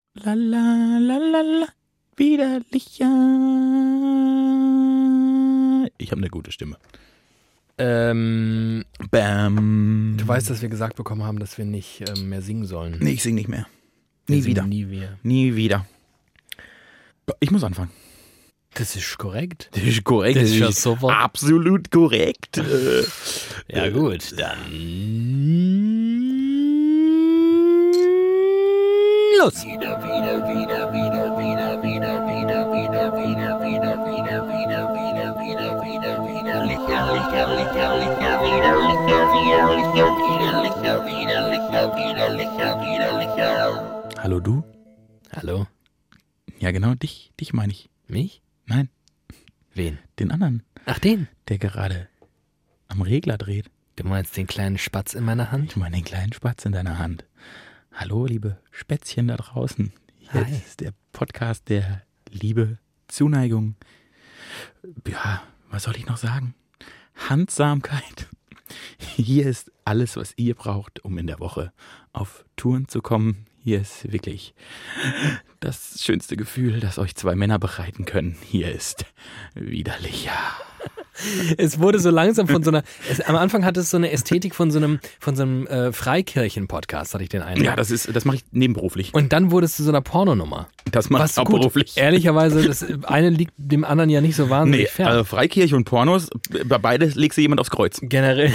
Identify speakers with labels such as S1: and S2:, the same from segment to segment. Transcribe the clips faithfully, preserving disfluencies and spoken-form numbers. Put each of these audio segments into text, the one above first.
S1: La la la la la, widerlicher. Ich habe eine gute Stimme.
S2: Ähm,
S1: Bam.
S2: du weißt, dass wir gesagt bekommen haben, dass wir nicht ähm, mehr singen sollen.
S1: Nee, ich sing nicht mehr.
S2: Wir
S1: Nie
S2: singen
S1: wieder.
S2: Nie wieder.
S1: Nie wieder. Ich muss anfangen.
S2: Das ist korrekt.
S1: Das ist korrekt.
S2: Das ist ja super.
S1: Absolut korrekt. Äh,
S2: Ja gut, dann los.
S1: Hallo du?
S2: Hallo,
S1: Ja genau, dich. Dich meine ich.
S2: mich?
S1: Nein,
S2: Wen?
S1: den anderen,
S2: Ach, den.
S1: der gerade am Regler dreht.
S2: Du meinst den kleinen Spatz in meiner Hand?
S1: Ich meine den kleinen Spatz in deiner Hand. Hallo, liebe Spätzchen da draußen. Hier
S2: Hi.
S1: ist der Podcast der Liebe, Zuneigung. Ja, was soll ich noch sagen? Handsamkeit. Hier ist alles, was ihr braucht, um in der Woche auf Touren zu kommen. Hier ist wirklich das schönste Gefühl, das euch zwei Männer bereiten können. Hier ist widerlicher.
S2: Es wurde so langsam von so einer, es, am Anfang hatte es so eine Ästhetik von so einem, von so einem äh, Freikirchen-Podcast, hatte ich den Eindruck.
S1: Ja, das ist, das mache ich nebenberuflich.
S2: Und dann wurde es zu so einer Pornonummer.
S1: Das mache
S2: Was
S1: ich auch
S2: gut,
S1: beruflich.
S2: ehrlicherweise, das eine liegt dem anderen ja nicht so wahnsinnig
S1: Nee,
S2: fern.
S1: also Freikirche und Pornos, bei beides legst du jemand aufs Kreuz.
S2: Generell.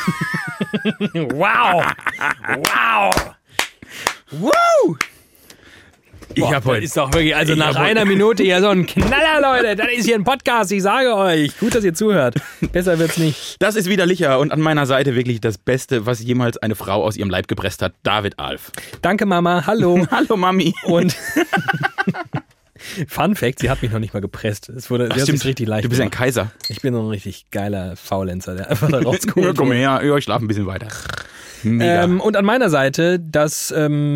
S2: Wow! Wow! Woo!
S1: Ich
S2: Boah,
S1: hab
S2: das
S1: heute-
S2: ist doch wirklich, also
S1: ich
S2: nach
S1: hab heute-
S2: einer Minute hier so ein Knaller, Leute. Das ist hier ein Podcast, ich sage euch. Gut, dass ihr zuhört. Besser wird's nicht.
S1: Das ist widerlicher und an meiner Seite wirklich das Beste, was jemals eine Frau aus ihrem Leib gepresst hat. David Alf.
S2: Danke, Mama. Hallo.
S1: Hallo Mami.
S2: Und Fun Fact, sie hat mich noch nicht mal gepresst. Es wurde,
S1: Ach,
S2: sie hat
S1: stimmt.
S2: sich's richtig leicht
S1: Du bist ein
S2: gemacht.
S1: Kaiser.
S2: Ich bin so ein richtig geiler Faulenzer, der einfach da
S1: Ja,
S2: rausgeholt
S1: komm
S2: wurde.
S1: her, ja, ich schlaf ein bisschen weiter. Mega.
S2: Ähm, und an meiner Seite das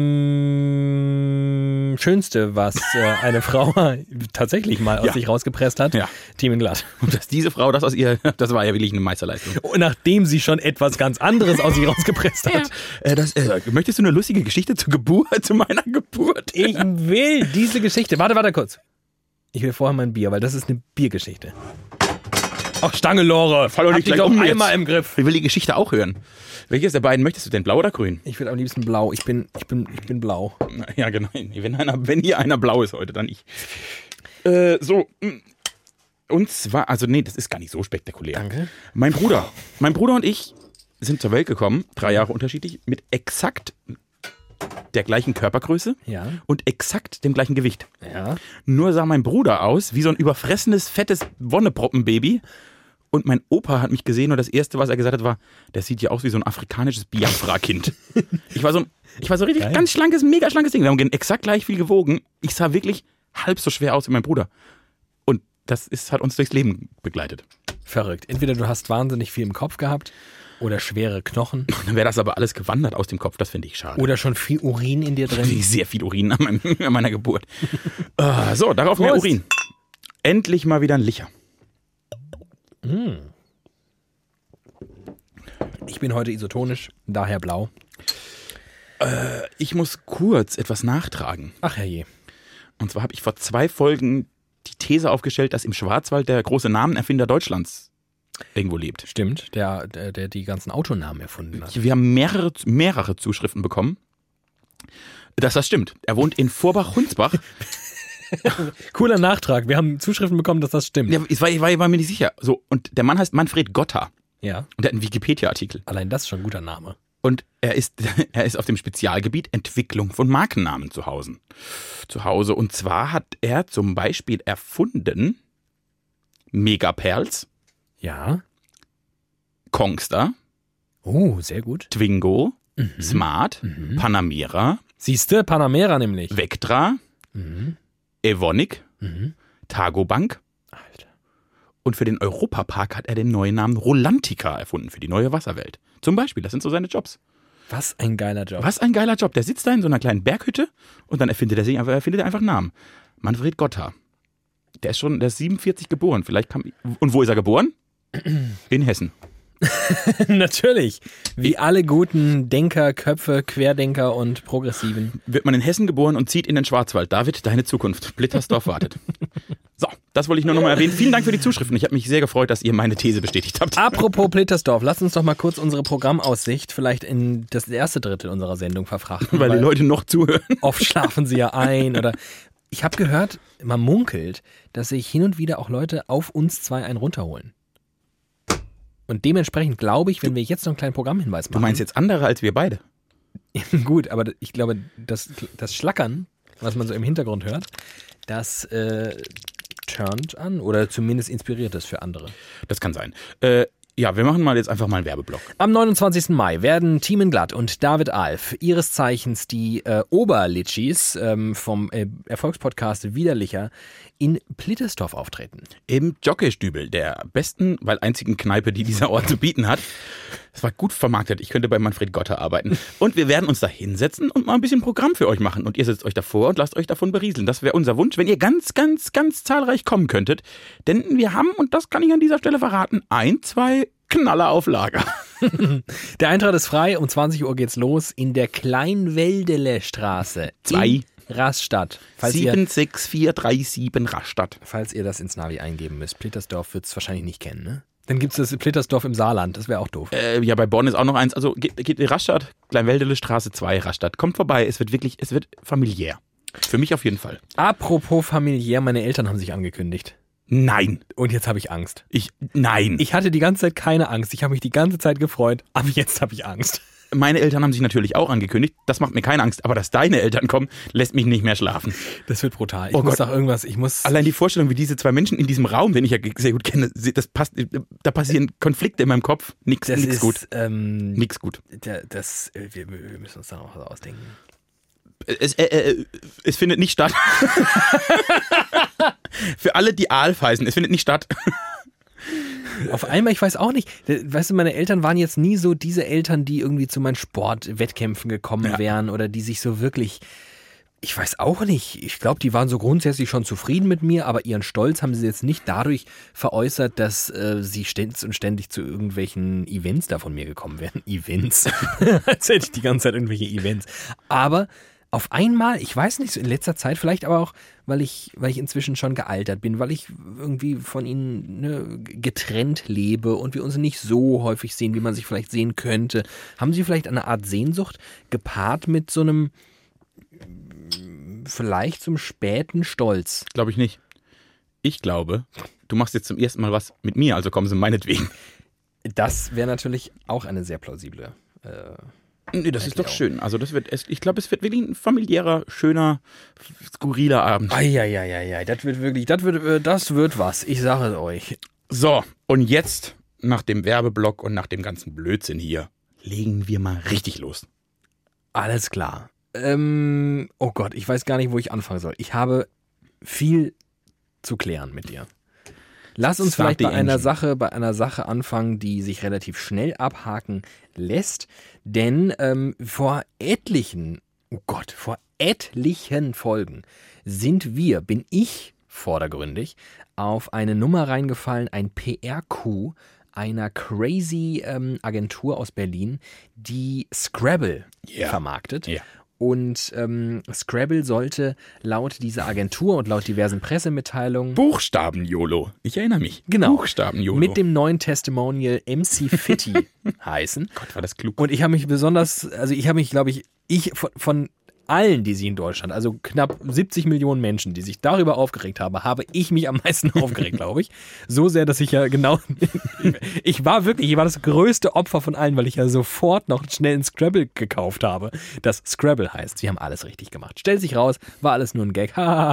S2: ähm, Schönste, was äh, eine Frau tatsächlich mal aus
S1: Ja.
S2: sich rausgepresst hat,
S1: Ja.
S2: Team Glatt.
S1: Und dass diese Frau das aus ihr, das war ja wirklich eine Meisterleistung.
S2: Und nachdem sie schon etwas ganz anderes aus sich rausgepresst hat.
S1: Äh, das, äh, möchtest du eine lustige Geschichte zur Geburt, zu meiner Geburt?
S2: Ich will diese Geschichte. Warte, warte kurz. Ich will vorher mein Bier, weil das ist eine Biergeschichte. Ach, Stange, Lore.
S1: Fall doch nicht
S2: Hab die
S1: gleich
S2: doch
S1: um
S2: einmal
S1: jetzt.
S2: im Griff.
S1: Ich will die Geschichte auch hören. Welches der beiden möchtest du denn, blau oder grün?
S2: Ich will am liebsten blau. Ich bin, ich bin, ich bin blau.
S1: Na, ja, genau. Wenn, einer, wenn hier einer blau ist heute, dann ich. Äh, so. mm. Und zwar, also nee, das ist gar nicht so spektakulär.
S2: Danke.
S1: Mein Bruder, mein Bruder und ich sind zur Welt gekommen, drei Jahre unterschiedlich, mit exakt der gleichen Körpergröße
S2: Ja.
S1: und exakt dem gleichen Gewicht.
S2: Ja.
S1: Nur sah mein Bruder aus wie so ein überfressenes, fettes Wonneproppenbaby. Und mein Opa hat mich gesehen und das Erste, was er gesagt hat, war, der sieht ja aus wie so ein afrikanisches Biafra-Kind. Ich war so, ich war so richtig
S2: Geil.
S1: ganz schlankes, mega schlankes Ding. Wir haben exakt gleich viel gewogen. Ich sah wirklich halb so schwer aus wie mein Bruder. Und das ist, hat uns durchs Leben begleitet.
S2: Verrückt. Entweder du hast wahnsinnig viel im Kopf gehabt oder schwere Knochen
S1: Dann wäre das aber alles gewandert aus dem Kopf. Das finde ich schade.
S2: oder schon viel Urin in dir drin.
S1: Sehr viel Urin an, meinem, an meiner Geburt. Ah, so, darauf mehr
S2: Prost.
S1: Urin. Endlich mal wieder ein Licher.
S2: Ich bin heute isotonisch, daher blau.
S1: Ich muss kurz etwas nachtragen.
S2: Ach herrje.
S1: Und zwar habe ich vor zwei Folgen die These aufgestellt, dass im Schwarzwald der große Namenerfinder Deutschlands irgendwo lebt.
S2: Stimmt, der, der, der die ganzen Autonamen erfunden hat.
S1: Wir haben mehrere, mehrere Zuschriften bekommen, dass das stimmt. Er wohnt in Vorbach-Hunsbach.
S2: Cooler Nachtrag. Wir haben Zuschriften bekommen, dass das stimmt.
S1: Ja, ich, war, ich, war, ich war mir nicht sicher. So, und der Mann heißt Manfred Gotha.
S2: Ja.
S1: Und er hat einen Wikipedia-Artikel.
S2: Allein das ist schon ein guter Name.
S1: Und er ist, er ist auf dem Spezialgebiet Entwicklung von Markennamen zu Hause. Zu Hause. Und zwar hat er zum Beispiel erfunden Megaperls,
S2: Ja.
S1: Kongster,
S2: Oh, sehr gut.
S1: Twingo, Smart, Panamera,
S2: Siehste, Panamera nämlich.
S1: Vectra, Evonik, Targobank.
S2: Alter.
S1: Und für den Europapark hat er den neuen Namen Rolantica erfunden, für die neue Wasserwelt. Zum Beispiel, das sind so seine Jobs.
S2: Was ein geiler Job.
S1: Was ein geiler Job. Der sitzt da in so einer kleinen Berghütte und dann erfindet er sich einfach, erfindet er einfach einen Namen. Manfred Gotha. Der ist schon, der ist siebenundvierzig geboren. Vielleicht kam, und wo ist er geboren? In Hessen.
S2: Natürlich. Wie alle guten Denker, Köpfe, Querdenker und Progressiven.
S1: Wird man in Hessen geboren und zieht in den Schwarzwald. David, deine Zukunft. Blittersdorf wartet. So, das wollte ich nur nochmal erwähnen. Vielen Dank für die Zuschriften. Ich habe mich sehr gefreut, dass ihr meine These bestätigt habt.
S2: Apropos Blittersdorf, lasst uns doch mal kurz unsere Programmaussicht vielleicht in das erste Drittel unserer Sendung verfrachten.
S1: Weil, weil die Leute noch zuhören.
S2: Oft schlafen sie ja ein oder... Ich habe gehört, man munkelt, dass sich hin und wieder auch Leute auf uns zwei einen runterholen. Und dementsprechend glaube ich, wenn wir jetzt noch einen kleinen Programmhinweis machen.
S1: Du meinst jetzt andere als wir beide?
S2: Gut, aber ich glaube, das, das Schlackern, was man so im Hintergrund hört, das äh, turnt an oder zumindest inspiriert es für andere.
S1: Das kann sein. Äh, ja, wir machen mal jetzt einfach mal einen Werbeblock.
S2: Am neunundzwanzigsten Mai werden Thiemen Glatt und David Alf, ihres Zeichens die äh, Oberlitschis ähm, vom äh, Erfolgspodcast Widerlicher, in Blittersdorf auftreten.
S1: Im Jockeystübel, der besten, weil einzigen Kneipe, die dieser Ort zu bieten hat. Es war gut vermarktet. Ich könnte bei Manfred Gotter arbeiten. Und wir werden uns da hinsetzen und mal ein bisschen Programm für euch machen. Und ihr setzt euch davor und lasst euch davon berieseln. Das wäre unser Wunsch, wenn ihr ganz, ganz, ganz zahlreich kommen könntet. Denn wir haben, und das kann ich an dieser Stelle verraten, ein, zwei Knaller auf Lager.
S2: Der Eintritt ist frei. Um zwanzig Uhr geht's los in der Kleinweldele Straße.
S1: Zwei.
S2: Rastatt. Falls
S1: sieben
S2: ihr,
S1: sechs vier drei sieben Rastatt.
S2: Falls ihr das ins Navi eingeben müsst. Blittersdorf wird es wahrscheinlich nicht kennen, ne? Dann gibt es das Blittersdorf im Saarland. Das wäre auch doof.
S1: Äh, ja, bei Bonn ist auch noch eins. Also geht, geht Rastatt, Kleinweldele Straße zwei, Rastatt. Kommt vorbei. Es wird wirklich, es wird familiär. Für mich auf jeden Fall.
S2: Apropos familiär, meine Eltern haben sich angekündigt.
S1: Nein.
S2: Und jetzt habe ich Angst.
S1: Ich, nein.
S2: Ich hatte die ganze Zeit keine Angst. Ich habe mich die ganze Zeit gefreut. Aber jetzt habe ich Angst.
S1: Meine Eltern haben sich natürlich auch angekündigt. Das macht mir keine Angst. Aber dass deine Eltern kommen, lässt mich nicht mehr schlafen.
S2: Das wird brutal. Ich
S1: oh
S2: muss
S1: Gott.
S2: doch irgendwas, ich muss...
S1: Allein die Vorstellung, wie diese zwei Menschen in diesem Raum, den ich ja sehr gut kenne, das passt, da passieren Konflikte in meinem Kopf. Nix,
S2: das
S1: nix
S2: ist,
S1: gut.
S2: Ähm,
S1: nix gut.
S2: Das, das, wir, wir müssen uns da noch was ausdenken.
S1: Es, äh, äh, es findet nicht statt. Für alle, die Alf heißen, es findet nicht statt.
S2: Auf einmal, ich weiß auch nicht, weißt du, meine Eltern waren jetzt nie so diese Eltern, die irgendwie zu meinen Sportwettkämpfen gekommen
S1: Ja.
S2: wären oder die sich so wirklich, ich weiß auch nicht, ich glaube, die waren so grundsätzlich schon zufrieden mit mir, aber ihren Stolz haben sie jetzt nicht dadurch veräußert, dass äh, sie ständig und ständig zu irgendwelchen Events da von mir gekommen wären. Events. Als hätte ich die ganze Zeit irgendwelche Events. Aber auf einmal, ich weiß nicht, so in letzter Zeit, vielleicht aber auch, weil ich, weil ich inzwischen schon gealtert bin, weil ich irgendwie von ihnen ne, getrennt lebe und wir uns nicht so häufig sehen, wie man sich vielleicht sehen könnte, haben sie vielleicht eine Art Sehnsucht gepaart mit so einem, vielleicht zum späten Stolz.
S1: Glaube ich nicht. Ich glaube, du machst jetzt zum ersten Mal was mit mir, also kommen sie meinetwegen.
S2: Das wäre natürlich auch eine sehr plausible äh,
S1: Nee, das ist doch
S2: Erklärung.
S1: schön. Also das wird, ich glaube, es wird wirklich ein familiärer, schöner, skurriler Abend.
S2: Eieieiei, das wird wirklich, das wird, das wird was, ich sage es euch.
S1: So, und jetzt, nach dem Werbeblock und nach dem ganzen Blödsinn hier, legen wir mal richtig los.
S2: Alles klar. Ähm, oh Gott, ich weiß gar nicht, wo ich anfangen soll. Ich habe viel zu klären mit dir. Lass uns
S1: Start
S2: vielleicht bei
S1: the
S2: einer
S1: engine.
S2: Sache, bei einer Sache anfangen, die sich relativ schnell abhaken lässt. Denn ähm, vor etlichen, oh Gott, vor etlichen Folgen sind wir, bin ich vordergründig, auf eine Nummer reingefallen, ein P R-Coup einer crazy ähm, Agentur aus Berlin, die Scrabble
S1: Ja.
S2: vermarktet.
S1: Ja.
S2: Und ähm, Scrabble sollte laut dieser Agentur und laut diversen Pressemitteilungen
S1: Buchstaben-YOLO. Ich erinnere mich.
S2: Genau.
S1: Buchstaben-YOLO.
S2: mit dem neuen Testimonial M C Fitti heißen.
S1: Gott, war das klug.
S2: Und ich habe mich besonders, also ich habe mich, glaube ich, ich von, von allen, die sich in Deutschland, also knapp siebzig Millionen Menschen, die sich darüber aufgeregt haben, habe ich mich am meisten aufgeregt, glaube ich. So sehr, dass ich ja genau, ich war wirklich, ich war das größte Opfer von allen, weil ich ja sofort noch schnell ein Scrabble gekauft habe, das Scrabble heißt. Sie haben alles richtig gemacht. Stellt sich raus, war alles nur ein Gag.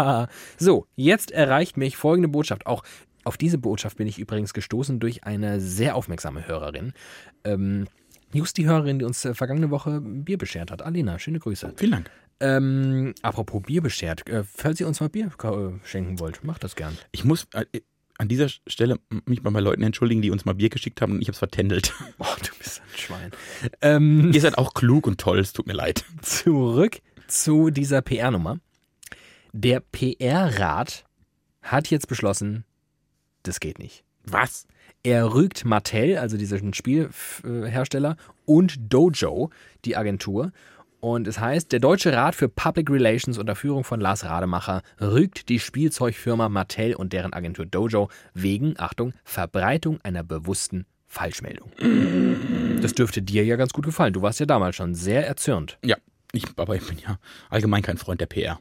S2: So, jetzt erreicht mich folgende Botschaft. Auch auf diese Botschaft bin ich übrigens gestoßen durch eine sehr aufmerksame Hörerin. Ähm, just die Hörerin, die uns äh, vergangene Woche Bier beschert hat. Alena, schöne Grüße.
S1: Vielen Dank.
S2: Ähm, apropos Bier beschert, äh, falls ihr uns mal Bier äh, schenken wollt, macht das gern.
S1: Ich muss äh, an dieser Stelle mich mal bei Leuten entschuldigen, die uns mal Bier geschickt haben und ich habe es vertändelt.
S2: Oh, du bist ein Schwein. Ähm,
S1: Ihr seid auch klug und toll, es tut mir leid.
S2: zurück zu dieser P R-Nummer. Der P R-Rat hat jetzt beschlossen, das geht nicht.
S1: Was?
S2: Er rügt Mattel, also diesen Spielhersteller, und Dojo, die Agentur. Und es heißt, der Deutsche Rat für Public Relations unter Führung von Lars Rademacher rügt die Spielzeugfirma Mattel und deren Agentur Dojo wegen, Achtung, Verbreitung einer bewussten Falschmeldung. Das dürfte dir ja ganz gut gefallen. Du warst ja damals schon sehr erzürnt.
S1: Ja, ich, aber ich bin ja allgemein kein Freund der P R.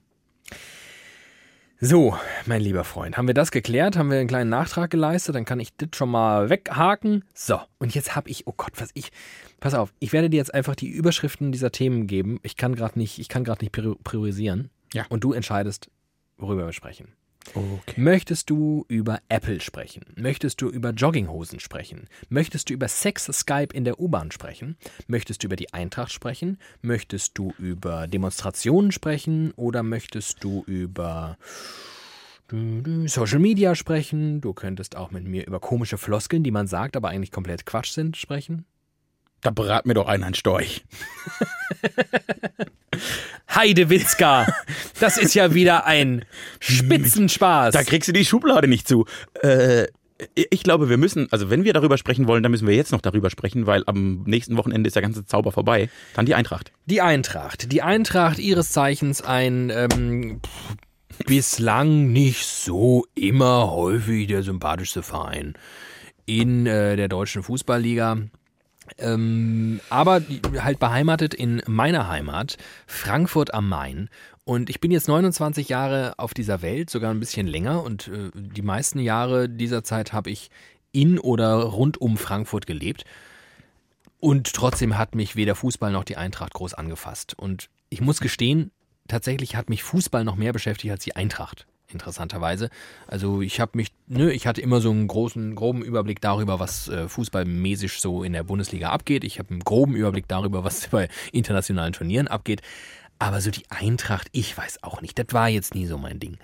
S2: So, mein lieber Freund, haben wir das geklärt? Haben wir einen kleinen Nachtrag geleistet? Dann kann ich das schon mal weghaken. So, und jetzt habe ich, oh Gott, was ich, pass auf, ich werde dir jetzt einfach die Überschriften dieser Themen geben. Ich kann gerade nicht, ich kann gerade nicht priorisieren.
S1: Ja.
S2: Und du entscheidest, worüber wir sprechen.
S1: Okay.
S2: Möchtest du über Apple sprechen? Möchtest du über Jogginghosen sprechen? Möchtest du über Sex-Skype in der U-Bahn sprechen? Möchtest du über die Eintracht sprechen? Möchtest du über Demonstrationen sprechen? Oder möchtest du über Social Media sprechen? Du könntest auch mit mir über komische Floskeln, die man sagt, aber eigentlich komplett Quatsch sind, sprechen.
S1: Da brat mir doch einer einen Storch.
S2: Heidewitzka, das ist ja wieder ein Spitzenspaß.
S1: Da kriegst du die Schublade nicht zu. Äh, ich glaube, wir müssen, also wenn wir darüber sprechen wollen, dann müssen wir jetzt noch darüber sprechen, weil am nächsten Wochenende ist der ganze Zauber vorbei. Dann die Eintracht.
S2: Die Eintracht. Die Eintracht ihres Zeichens ein ähm, bislang nicht so immer häufig der sympathischste Verein in äh, der deutschen Fußballliga. Ähm, aber halt beheimatet in meiner Heimat, Frankfurt am Main. Und ich bin jetzt neunundzwanzig Jahre auf dieser Welt, sogar ein bisschen länger. Und äh, die meisten Jahre dieser Zeit habe ich in oder rund um Frankfurt gelebt. Und trotzdem hat mich weder Fußball noch die Eintracht groß angefasst. Und ich muss gestehen, tatsächlich hat mich Fußball noch mehr beschäftigt als die Eintracht. Interessanterweise. Also ich habe mich, ne, ich hatte immer so einen großen, groben Überblick darüber, was äh, fußballmäßig so in der Bundesliga abgeht. Ich habe einen groben Überblick darüber, was bei internationalen Turnieren abgeht. Aber so die Eintracht, ich weiß auch nicht. Das war jetzt nie so mein Ding.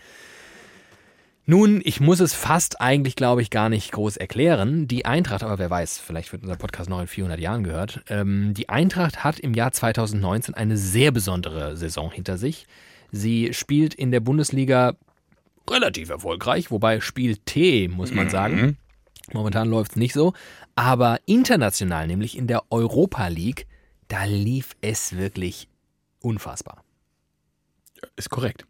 S2: Nun, ich muss es fast eigentlich, glaube ich, gar nicht groß erklären. Die Eintracht, aber wer weiß, vielleicht wird unser Podcast noch in vierhundert Jahren gehört. Ähm, die Eintracht hat im Jahr zweitausendneunzehn eine sehr besondere Saison hinter sich. Sie spielt in der Bundesliga relativ erfolgreich, wobei Spiel T, muss man sagen. Momentan läuft es nicht so. Aber international, nämlich in der Europa League, da lief es wirklich unfassbar.
S1: Ist korrekt.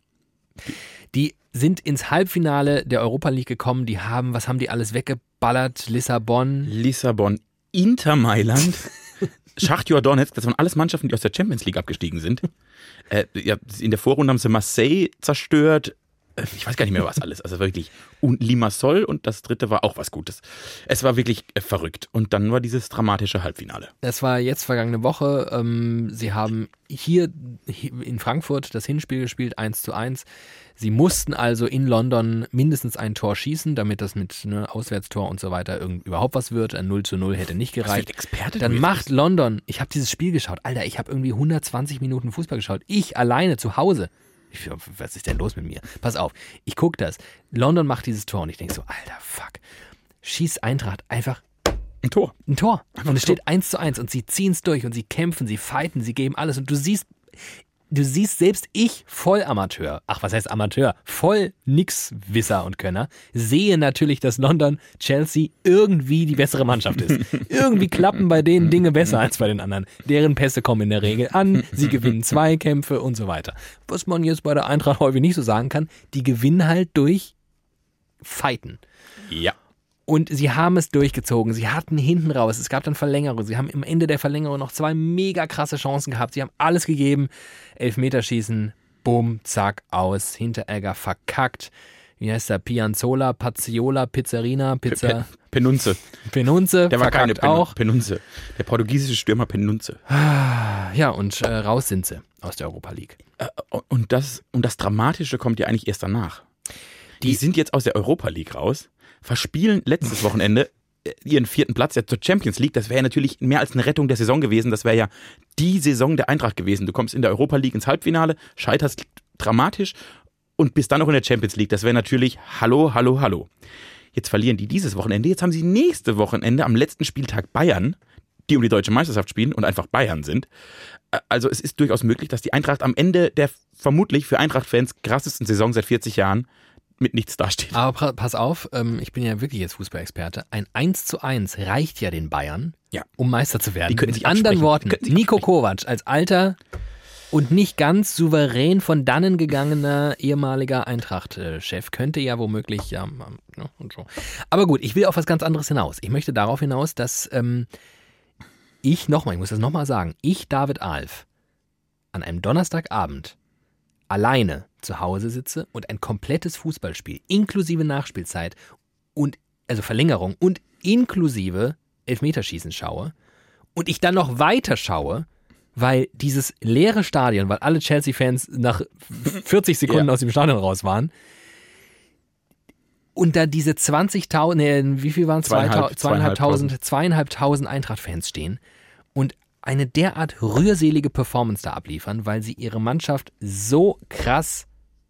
S2: Die sind ins Halbfinale der Europa League gekommen. Die haben, was haben die alles weggeballert? Lissabon.
S1: Lissabon, Inter Mailand, Schachtjor Donetsk, das waren alles Mannschaften, die aus der Champions League abgestiegen sind. Äh, ja, in der Vorrunde haben sie Marseille zerstört. Ich weiß gar nicht mehr, was alles. Also wirklich. Und Limassol und das dritte war auch was Gutes. Es war wirklich äh, verrückt. Und dann war dieses dramatische Halbfinale.
S2: Das war jetzt vergangene Woche. Ähm, sie haben hier, hier in Frankfurt das Hinspiel gespielt, eins zu eins. Sie mussten also in London mindestens ein Tor schießen, damit das mit ne, Auswärtstor und so weiter irgend, überhaupt was wird. Ein null zu null hätte nicht gereicht.
S1: Experte
S2: Dann macht London, ich habe dieses Spiel geschaut. Alter, ich habe irgendwie hundertzwanzig Minuten Fußball geschaut. Ich alleine zu Hause. Ich, was ist denn los mit mir? Pass auf, ich gucke das. London macht dieses Tor und ich denke so, alter Fuck. Schießt Eintracht einfach
S1: ein Tor.
S2: Ein Tor.
S1: Einfach
S2: und es
S1: ein Tor.
S2: steht eins zu eins und sie ziehen es durch und sie kämpfen, sie fighten, sie geben alles und du siehst, du siehst selbst ich, voll Amateur, ach was heißt Amateur, voll Nix-Wisser und Könner, sehe natürlich, dass London, Chelsea irgendwie die bessere Mannschaft ist. Irgendwie klappen bei denen Dinge besser als bei den anderen. Deren Pässe kommen in der Regel an, sie gewinnen Zweikämpfe und so weiter. Was man jetzt bei der Eintracht häufig nicht so sagen kann, die gewinnen halt durch Fighten.
S1: Ja.
S2: Und sie haben es durchgezogen. Sie hatten hinten raus, es gab dann Verlängerung. Sie haben am Ende der Verlängerung noch zwei mega krasse Chancen gehabt. Sie haben alles gegeben. Elfmeterschießen, bumm, zack, aus. Hinteregger verkackt. Wie heißt der? Pianzola, Pazziola, Pizzerina, Pizza.
S1: Penunze.
S2: Penunze,
S1: Der war keine
S2: verkackt auch.
S1: Penunze. Der portugiesische Stürmer Penunze.
S2: Ja, und äh, raus sind sie aus der Europa League.
S1: Äh, und, das, und das Dramatische kommt ja eigentlich erst danach. Die,
S2: Die-
S1: sind jetzt aus der Europa League raus, verspielen letztes Wochenende ihren vierten Platz ja zur Champions League. Das wäre ja natürlich mehr als eine Rettung der Saison gewesen. Das wäre ja die Saison der Eintracht gewesen. Du kommst in der Europa League ins Halbfinale, scheiterst dramatisch und bist dann noch in der Champions League. Das wäre natürlich hallo, hallo, hallo. Jetzt verlieren die dieses Wochenende. Jetzt haben sie nächste Wochenende am letzten Spieltag Bayern, die um die deutsche Meisterschaft spielen und einfach Bayern sind. Also es ist durchaus möglich, dass die Eintracht am Ende der vermutlich für Eintracht-Fans krassesten Saison seit vierzig Jahren mit nichts dasteht.
S2: Aber pass auf, ähm, ich bin ja wirklich jetzt Fußballexperte. Ein eins zu eins reicht ja den Bayern,
S1: ja.
S2: um Meister zu werden.
S1: Die können
S2: Mit
S1: sich
S2: anderen
S1: absprechen.
S2: Worten,
S1: Die können sich
S2: Niko
S1: absprechen.
S2: Kovac als alter und nicht ganz souverän von dannen gegangener ehemaliger Eintracht-Chef könnte ja womöglich, ja, ja, und so. Aber gut, ich will auf was ganz anderes hinaus. Ich möchte darauf hinaus, dass ähm, ich nochmal, ich muss das nochmal sagen, ich, David Alf, an einem Donnerstagabend alleine zu Hause sitze und ein komplettes Fußballspiel inklusive Nachspielzeit und also Verlängerung und inklusive Elfmeterschießen schaue und ich dann noch weiter schaue, weil dieses leere Stadion, weil alle Chelsea-Fans nach vierzig Sekunden
S1: Ja.
S2: aus dem Stadion raus waren und da diese zwanzigtausend, nee, wie viel waren es?
S1: Zweieinhalb-
S2: Zweieinhalbtausend, zweieinhalbtausend Eintracht-Fans stehen und eine derart rührselige Performance da abliefern, weil sie ihre Mannschaft so krass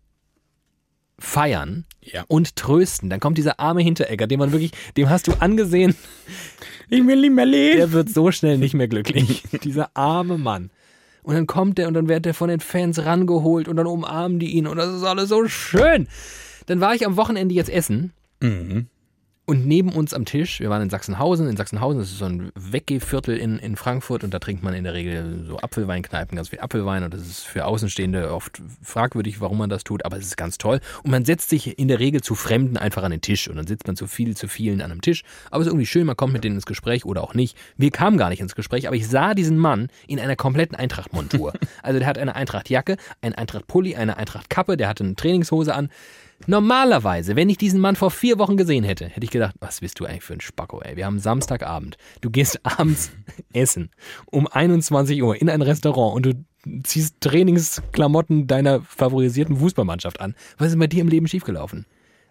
S2: feiern
S1: Ja.
S2: und trösten. Dann kommt dieser arme Hinteregger, dem man wirklich, dem hast du angesehen,
S1: Ich will nicht mehr leben.
S2: der wird so schnell nicht mehr glücklich. Dieser arme Mann. Und dann kommt der und dann wird der von den Fans rangeholt und dann umarmen die ihn und das ist alles so schön. Dann war ich am Wochenende jetzt essen.
S1: Mhm.
S2: Und neben uns am Tisch, wir waren in Sachsenhausen, in Sachsenhausen, das ist so ein Weggehviertel in, in Frankfurt und da trinkt man in der Regel so Apfelweinkneipen, ganz viel Apfelwein und das ist für Außenstehende oft fragwürdig, warum man das tut, aber es ist ganz toll. Und man setzt sich in der Regel zu Fremden einfach an den Tisch und dann sitzt man zu viel, zu vielen an einem Tisch, aber es ist irgendwie schön, man kommt mit denen ins Gespräch oder auch nicht. Wir kamen gar nicht ins Gespräch, aber ich sah diesen Mann in einer kompletten Eintracht-Montur. Also der hat eine Eintracht-Jacke, ein Eintracht-Pulli, eine Eintracht-Kappe, der hatte eine Trainingshose an. Normalerweise, wenn ich diesen Mann vor vier Wochen gesehen hätte, hätte ich gedacht, was bist du eigentlich für ein Spacko, ey. Wir haben Samstagabend. Du gehst abends essen um einundzwanzig Uhr in ein Restaurant und du ziehst Trainingsklamotten deiner favorisierten Fußballmannschaft an. Was ist bei dir im Leben schiefgelaufen?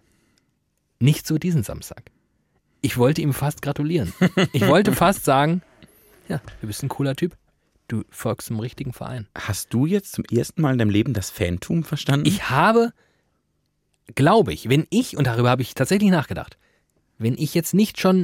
S2: Nicht so diesen Samstag. Ich wollte ihm fast gratulieren. Ich wollte fast sagen, ja, du bist ein cooler Typ. Du folgst zum richtigen Verein.
S1: Hast du jetzt zum ersten Mal in deinem Leben das Fantum verstanden?
S2: Ich habe, glaube ich, wenn ich, und darüber habe ich tatsächlich nachgedacht, wenn ich jetzt nicht schon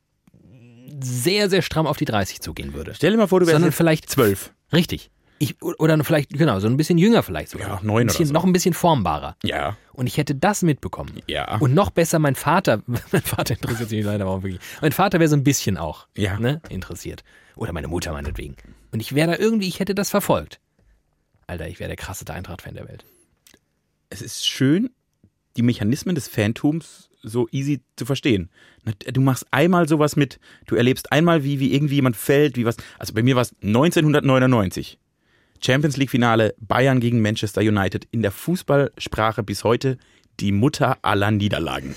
S2: sehr, sehr stramm auf die dreißig zugehen würde,
S1: Stell dir mal vor, du wärst
S2: sondern
S1: jetzt
S2: vielleicht
S1: zwölf.
S2: richtig. Ich, oder vielleicht, genau, so ein bisschen jünger vielleicht sogar.
S1: Ja,
S2: noch.
S1: neun
S2: ein bisschen,
S1: oder so.
S2: Noch ein bisschen formbarer.
S1: Ja.
S2: Und ich hätte das mitbekommen.
S1: Ja.
S2: Und noch besser mein Vater, mein Vater interessiert sich leider auch wirklich. Mein Vater wäre so ein bisschen auch
S1: Ja.
S2: ne, interessiert. Oder meine Mutter meinetwegen. Und ich wäre da irgendwie, ich hätte das verfolgt. Alter, ich wäre der krasseste Eintracht-Fan der Welt.
S1: Es ist schön, die Mechanismen des Fantums so easy zu verstehen. Du machst einmal sowas mit, du erlebst einmal, wie, wie irgendwie jemand fällt, wie was. Also bei mir war es neunzehnhundertneunundneunzig. Champions League Finale Bayern gegen Manchester United. In der Fußballsprache bis heute die Mutter aller Niederlagen.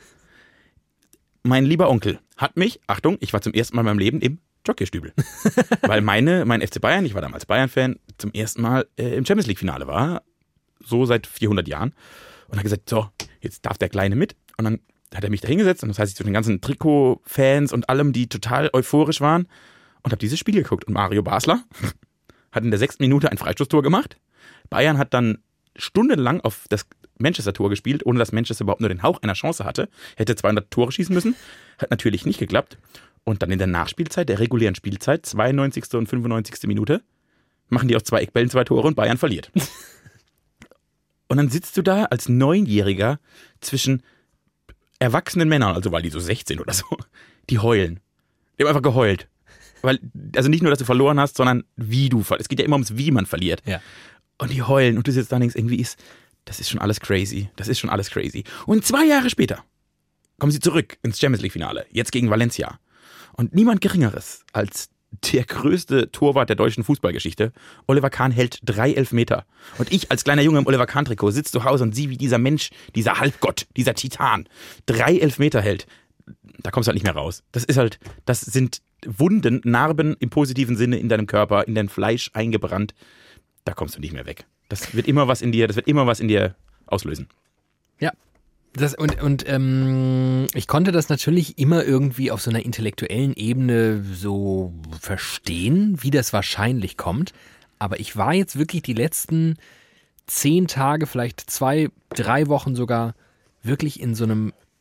S1: Mein lieber Onkel hat mich, Achtung, ich war zum ersten Mal in meinem Leben im Jockeystübel. Weil meine, mein F C Bayern, ich war damals Bayern-Fan, zum ersten Mal äh, im Champions League Finale war. So seit vierhundert Jahren. Und hat gesagt, so, jetzt darf der Kleine mit. Und dann hat er mich da hingesetzt und das heißt, ich zu den ganzen Trikot-Fans und allem, die total euphorisch waren und habe dieses Spiel geguckt. Und Mario Basler hat in der sechsten Minute ein Freistoßtor gemacht. Bayern hat dann stundenlang auf das Manchester-Tor gespielt, ohne dass Manchester überhaupt nur den Hauch einer Chance hatte. Hätte zweihundert Tore schießen müssen. Hat natürlich nicht geklappt. Und dann in der Nachspielzeit, der regulären Spielzeit, zweiundneunzigste und fünfundneunzigste Minute, machen die aus zwei Eckbällen zwei Tore und Bayern verliert. Und dann sitzt du da als Neunjähriger zwischen erwachsenen Männern, also weil die so sechzehn oder so, die heulen. Die haben einfach geheult. Weil, also nicht nur, dass du verloren hast, sondern wie du verlierst. Es geht ja immer ums, wie man verliert.
S2: Ja.
S1: Und die heulen und du sitzt da und denkst, irgendwie ist, das ist schon alles crazy. Das ist schon alles crazy. Und zwei Jahre später kommen sie zurück ins Champions League Finale. Jetzt gegen Valencia. Und niemand Geringeres als der größte Torwart der deutschen Fußballgeschichte, Oliver Kahn, hält drei Elfmeter. Und ich als kleiner Junge im Oliver Kahn-Trikot sitze zu Hause und sehe, wie dieser Mensch, dieser Halbgott, dieser Titan, drei Elfmeter hält. Da kommst du halt nicht mehr raus. Das ist halt, das sind Wunden, Narben im positiven Sinne in deinem Körper, in dein Fleisch eingebrannt. Da kommst du nicht mehr weg. Das wird immer was in dir, das wird immer was in dir auslösen.
S2: Ja. Das, und und ähm, ich konnte das natürlich immer irgendwie auf so einer intellektuellen Ebene so verstehen, wie das wahrscheinlich kommt. Aber ich war jetzt wirklich die letzten zehn Tage, vielleicht zwei, drei Wochen sogar, wirklich in so einem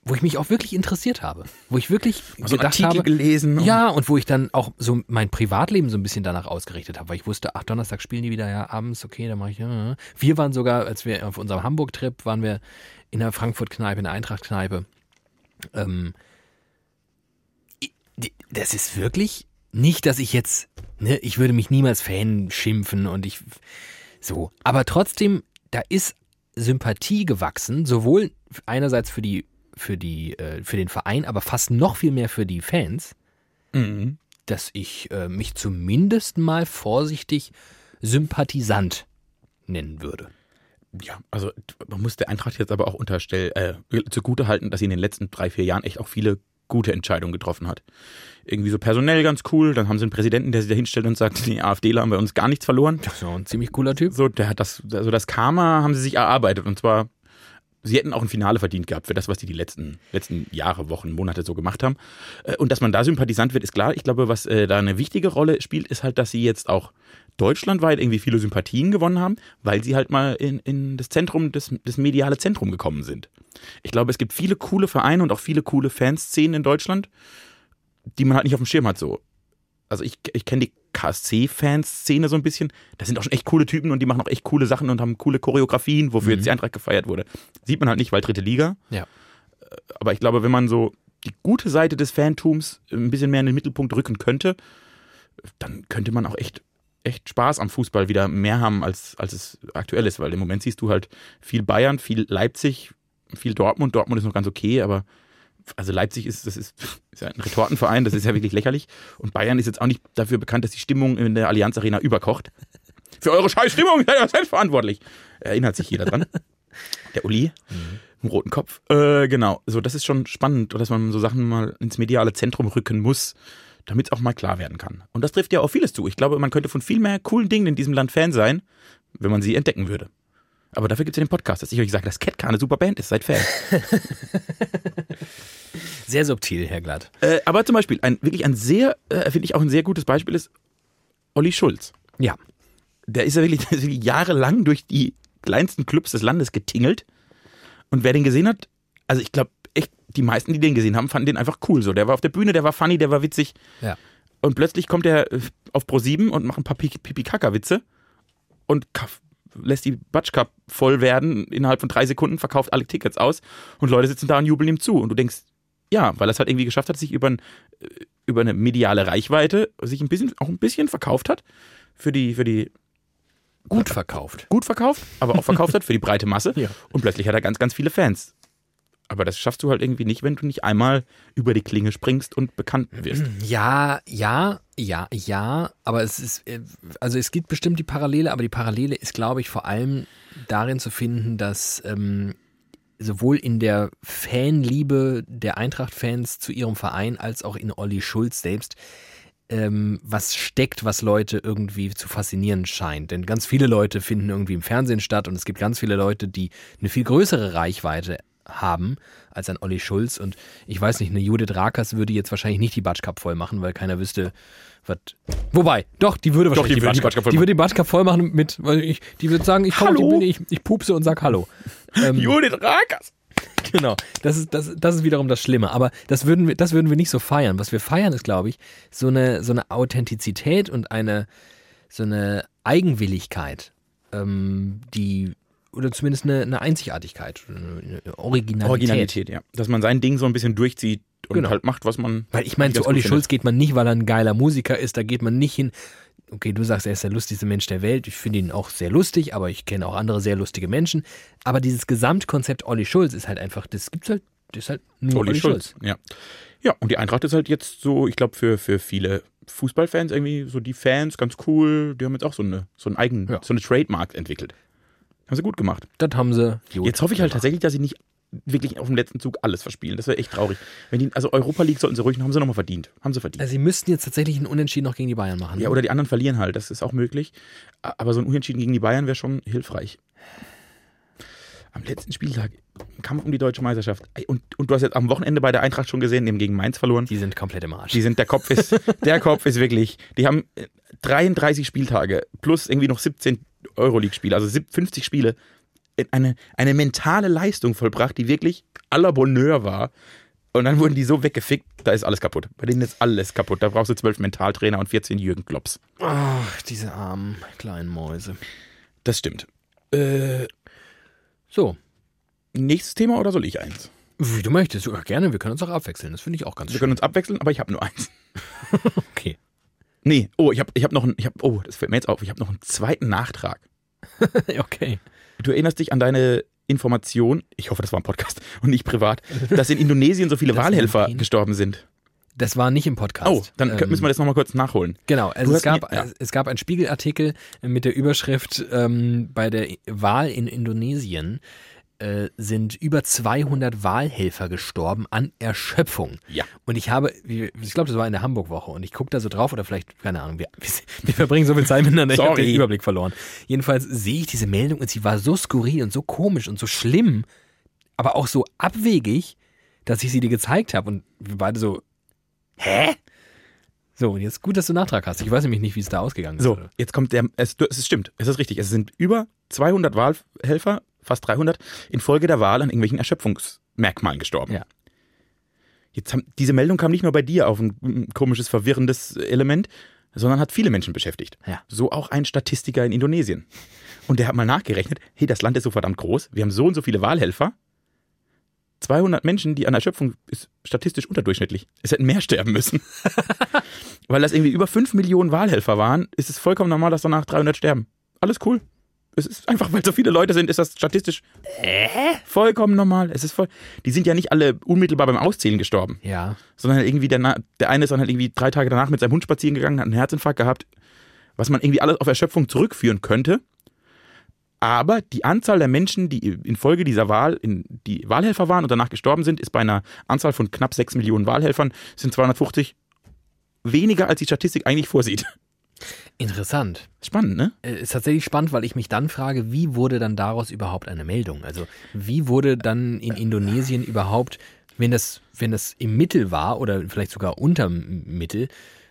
S2: wo ich mich auch wirklich interessiert habe. Wo ich wirklich
S1: also
S2: gedacht
S1: Artikel
S2: habe,
S1: gelesen. Und
S2: ja, und wo ich dann auch so mein Privatleben so ein bisschen danach ausgerichtet habe, weil ich wusste, ach, Donnerstag spielen die wieder, ja, abends, okay, dann mache ich, ja. Wir waren sogar, als wir auf unserem Hamburg-Trip, waren wir in der Frankfurt-Kneipe, in der Eintracht-Kneipe. Ähm, das ist wirklich nicht, dass ich jetzt, ne, ich würde mich niemals Fan schimpfen und ich, so, aber trotzdem, da ist Sympathie gewachsen, sowohl einerseits für die, für die, äh, für den Verein, aber fast noch viel mehr für die Fans,
S1: mhm.
S2: dass ich äh, mich zumindest mal vorsichtig Sympathisant nennen würde.
S1: Ja, also man muss der Eintracht jetzt aber auch unterstellen, äh, zugute halten, dass sie in den letzten drei, vier Jahren echt auch viele gute Entscheidungen getroffen hat. Irgendwie so personell ganz cool, dann haben sie einen Präsidenten, der sich da hinstellt und sagt, die AfDler haben bei uns gar nichts verloren.
S2: Das ist ja ein ziemlich cooler Typ.
S1: So, der hat das, also das Karma haben sie sich erarbeitet und zwar, sie hätten auch ein Finale verdient gehabt für das, was die die letzten, letzten Jahre, Wochen, Monate so gemacht haben. Und dass man da sympathisant wird, ist klar. Ich glaube, was äh, da eine wichtige Rolle spielt, ist halt, dass sie jetzt auch deutschlandweit irgendwie viele Sympathien gewonnen haben, weil sie halt mal in, in das Zentrum, das, das mediale Zentrum gekommen sind. Ich glaube, es gibt viele coole Vereine und auch viele coole Fanszenen in Deutschland, die man halt nicht auf dem Schirm hat. So. Also ich, ich kenne die K S C-Fanszene so ein bisschen. Das sind auch schon echt coole Typen und die machen auch echt coole Sachen und haben coole Choreografien, wofür mhm. jetzt die Eintracht gefeiert wurde. Sieht man halt nicht, weil dritte Liga.
S2: Ja.
S1: Aber ich glaube, wenn man so die gute Seite des Fantums ein bisschen mehr in den Mittelpunkt rücken könnte, dann könnte man auch echt echt Spaß am Fußball wieder mehr haben, als, als es aktuell ist, weil im Moment siehst du halt viel Bayern, viel Leipzig, viel Dortmund. Dortmund ist noch ganz okay, aber also Leipzig ist, das ist, ist ja ein Retortenverein, das ist ja wirklich lächerlich. Und Bayern ist jetzt auch nicht dafür bekannt, dass die Stimmung in der Allianz Arena überkocht. Für eure Scheißstimmung seid ihr selbst verantwortlich. Erinnert sich jeder dran. Der Uli, mhm. im roten Kopf. Äh, genau, so das ist schon spannend, dass man so Sachen mal ins mediale Zentrum rücken muss, damit es auch mal klar werden kann. Und das trifft ja auf vieles zu. Ich glaube, man könnte von viel mehr coolen Dingen in diesem Land Fan sein, wenn man sie entdecken würde. Aber dafür gibt es ja den Podcast, dass ich euch sage, dass Ketka eine super Band ist. Seid Fan.
S2: Sehr subtil, Herr Glatt.
S1: Äh, aber zum Beispiel, ein, wirklich ein sehr, äh, finde ich auch ein sehr gutes Beispiel ist Olli Schulz.
S2: Ja.
S1: Der ist ja wirklich, der ist wirklich jahrelang durch die kleinsten Clubs des Landes getingelt. Und wer den gesehen hat, also ich glaube, echt, die meisten, die den gesehen haben, fanden den einfach cool. So, der war auf der Bühne, der war funny, der war witzig.
S2: Ja.
S1: Und plötzlich kommt er auf ProSieben und macht ein paar Pipi-Kaka-Witze und lässt die Batschkap voll werden. Innerhalb von drei Sekunden verkauft alle Tickets aus und Leute sitzen da und jubeln ihm zu. Und du denkst, ja, weil er es halt irgendwie geschafft hat, sich über, ein, über eine mediale Reichweite sich ein bisschen, auch ein bisschen verkauft hat für die, für die
S2: gut verkauft.
S1: Gut verkauft, aber auch verkauft hat für die breite Masse.
S2: Ja.
S1: Und plötzlich hat er ganz, ganz viele Fans. Aber das schaffst du halt irgendwie nicht, wenn du nicht einmal über die Klinge springst und bekannt wirst.
S2: Ja, ja, ja, ja. Aber es ist, also es gibt bestimmt die Parallele, aber die Parallele ist, glaube ich, vor allem darin zu finden, dass ähm, sowohl in der Fanliebe der Eintracht-Fans zu ihrem Verein als auch in Olli Schulz selbst ähm, was steckt, was Leute irgendwie zu faszinieren scheint. Denn ganz viele Leute finden irgendwie im Fernsehen statt und es gibt ganz viele Leute, die eine viel größere Reichweite haben als ein Olli Schulz. Und ich weiß nicht, eine Judith Rakers würde jetzt wahrscheinlich nicht die Batschkap voll machen, weil keiner wüsste, was. Wobei, doch, die würde wahrscheinlich
S1: doch, die,
S2: die, Batschkap, die, die würde die Batschkap voll machen mit, weil ich, die würde sagen, ich komme auf die Bühne, ich, ich pupse und sag Hallo.
S1: Ähm, Judith Rakers!
S2: Genau, das ist, das, das ist wiederum das Schlimme. Aber das würden wir, das würden wir nicht so feiern. Was wir feiern, ist, glaube ich, so eine, so eine Authentizität und eine, so eine Eigenwilligkeit, ähm, die oder zumindest eine, eine Einzigartigkeit, eine Originalität.
S1: Originalität, ja. Dass man sein Ding so ein bisschen durchzieht und
S2: genau.
S1: halt macht, was man...
S2: Weil ich meine, zu Olli Schulz geht man nicht, weil er ein geiler Musiker ist, da geht man nicht hin. Okay, du sagst, er ist der lustigste Mensch der Welt. Ich finde ihn auch sehr lustig, aber ich kenne auch andere sehr lustige Menschen. Aber dieses Gesamtkonzept Olli Schulz ist halt einfach, das gibt's halt, das ist halt nur Olli, Olli Schulz. Schulz.
S1: Ja. Ja, und die Eintracht ist halt jetzt so, ich glaube, für, für viele Fußballfans irgendwie so die Fans, ganz cool, die haben jetzt auch so eine, so einen eigenen, ja. so eine Trademark entwickelt. Haben sie gut gemacht.
S2: Das haben sie.
S1: Jetzt hoffe ich halt tatsächlich, dass sie nicht wirklich auf dem letzten Zug alles verspielen. Das wäre echt traurig. Wenn die, also Europa League sollten sie ruhig, haben sie nochmal verdient. Haben sie verdient.
S2: Also sie müssten jetzt tatsächlich einen Unentschieden noch gegen die Bayern machen.
S1: Ja,
S2: ne?
S1: oder die anderen verlieren halt. Das ist auch möglich. Aber so ein Unentschieden gegen die Bayern wäre schon hilfreich. Am letzten Spieltag im Kampf um die deutsche Meisterschaft. Und, und du hast jetzt am Wochenende bei der Eintracht schon gesehen, die haben gegen Mainz verloren.
S2: Die sind komplett im Arsch.
S1: Die sind, der Kopf ist, der Kopf ist wirklich, die haben dreiunddreißig Spieltage plus irgendwie noch siebzehn Euroleague-Spiele, also fünfzig Spiele. eine, eine mentale Leistung vollbracht, die wirklich à la Bonheur war. Und dann wurden die so weggefickt, da ist alles kaputt. Bei denen ist alles kaputt. Da brauchst du zwölf Mentaltrainer und vierzehn Jürgen Klopps.
S2: Ach, diese armen kleinen Mäuse.
S1: Das stimmt. Äh,
S2: so.
S1: Nächstes Thema oder soll ich eins?
S2: Wie du möchtest, ja, gerne. Wir können uns auch abwechseln. Das finde ich auch ganz
S1: Wir
S2: schön.
S1: können uns abwechseln, aber ich habe nur eins.
S2: Okay.
S1: Nee, oh, ich habe ich hab noch einen, ich hab, oh, das fällt mir jetzt auf, ich habe noch einen zweiten Nachtrag.
S2: Okay.
S1: Du erinnerst dich an deine Information, ich hoffe, das war ein Podcast und nicht privat, dass in Indonesien so viele
S2: Das
S1: Wahlhelfer
S2: war
S1: gestorben sind.
S2: Das war nicht im Podcast.
S1: Oh, dann
S2: Ähm,
S1: müssen wir das nochmal kurz nachholen.
S2: Genau, also
S1: Du
S2: es
S1: hast
S2: gab,
S1: mir- ja.
S2: es gab einen Spiegelartikel mit der Überschrift, ähm, bei der Wahl in Indonesien äh, sind über zweihundert Wahlhelfer gestorben an Erschöpfung.
S1: Ja.
S2: Und ich habe, ich glaube, das war in der Hamburg-Woche und ich gucke da so drauf oder vielleicht, keine Ahnung, wir, wir verbringen so viel Zeit miteinander, ich habe
S1: Sorry.
S2: den Überblick verloren. Jedenfalls sehe ich diese Meldung und sie war so skurril und so komisch und so schlimm, aber auch so abwegig, dass ich sie dir gezeigt habe und wir beide so, hä? So, und jetzt gut, dass du Nachtrag hast. Ich weiß nämlich nicht, wie es da ausgegangen ist.
S1: So,
S2: oder?
S1: jetzt kommt der, es, du- es ist stimmt, es ist richtig, es sind über zweihundert Wahlhelfer, fast dreihundert, infolge der Wahl an irgendwelchen Erschöpfungsmerkmalen gestorben.
S2: Ja.
S1: Jetzt haben, diese Meldung kam nicht nur bei dir auf ein mm, komisches, verwirrendes Element, sondern hat viele Menschen beschäftigt.
S2: Ja.
S1: So auch ein Statistiker in Indonesien. Und der hat mal nachgerechnet, hey, das Land ist so verdammt groß, wir haben so und so viele Wahlhelfer, zweihundert Menschen, die an Erschöpfung ist statistisch unterdurchschnittlich. Es hätten mehr sterben müssen. Weil das irgendwie über fünf Millionen Wahlhelfer waren, ist es vollkommen normal, dass danach dreihundert sterben. Alles cool. Es ist einfach, weil so viele Leute sind, ist das statistisch vollkommen normal. Es ist voll. Die sind ja nicht alle unmittelbar beim Auszählen gestorben,
S2: Ja.
S1: sondern halt irgendwie der, Na- der eine ist dann halt irgendwie drei Tage danach mit seinem Hund spazieren gegangen, hat einen Herzinfarkt gehabt, was man irgendwie alles auf Erschöpfung zurückführen könnte. Aber die Anzahl der Menschen, die infolge dieser Wahl in die Wahlhelfer waren und danach gestorben sind, ist bei einer Anzahl von knapp sechs Millionen Wahlhelfern, sind zweihundertfünfzig weniger, als die Statistik eigentlich vorsieht.
S2: Interessant.
S1: Spannend, ne?
S2: Äh, Ist tatsächlich spannend, weil ich mich dann frage, wie wurde dann daraus überhaupt eine Meldung? Also wie wurde dann in Indonesien überhaupt, wenn das, wenn das im Mittel war oder vielleicht sogar unterm Mittel,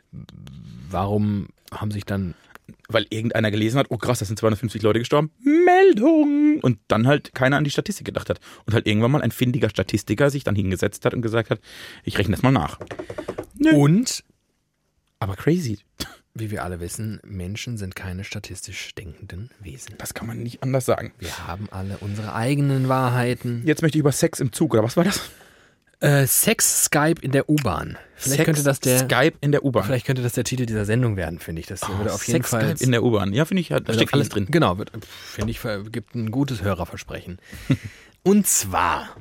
S2: warum haben sich dann,
S1: Weil irgendeiner gelesen hat, oh krass, das sind zweihundertfünfzig Leute gestorben. Meldung! Und dann halt keiner an die Statistik gedacht hat. Und halt irgendwann mal ein findiger Statistiker sich dann hingesetzt hat und gesagt hat, ich rechne das mal nach. Nö.
S2: und
S1: Aber crazy.
S2: wie wir alle wissen, Menschen sind keine statistisch denkenden Wesen.
S1: Das kann man nicht anders sagen.
S2: Wir haben alle unsere eigenen Wahrheiten.
S1: Jetzt möchte ich über Sex im Zug, oder was war das?
S2: Äh, Sex-Skype in der U-Bahn. Vielleicht
S1: Sex
S2: könnte das der
S1: Skype in der U-Bahn.
S2: Vielleicht könnte das der Titel dieser Sendung werden, finde ich. Das
S1: Oh,
S2: würde auf jeden
S1: Sex
S2: Fall.
S1: Skype in der U-Bahn. Ja, finde ich, da
S2: also
S1: steckt
S2: auf
S1: alles
S2: jeden-
S1: drin.
S2: Genau, wird- finde ich, gibt ein gutes Hörerversprechen. Und zwar,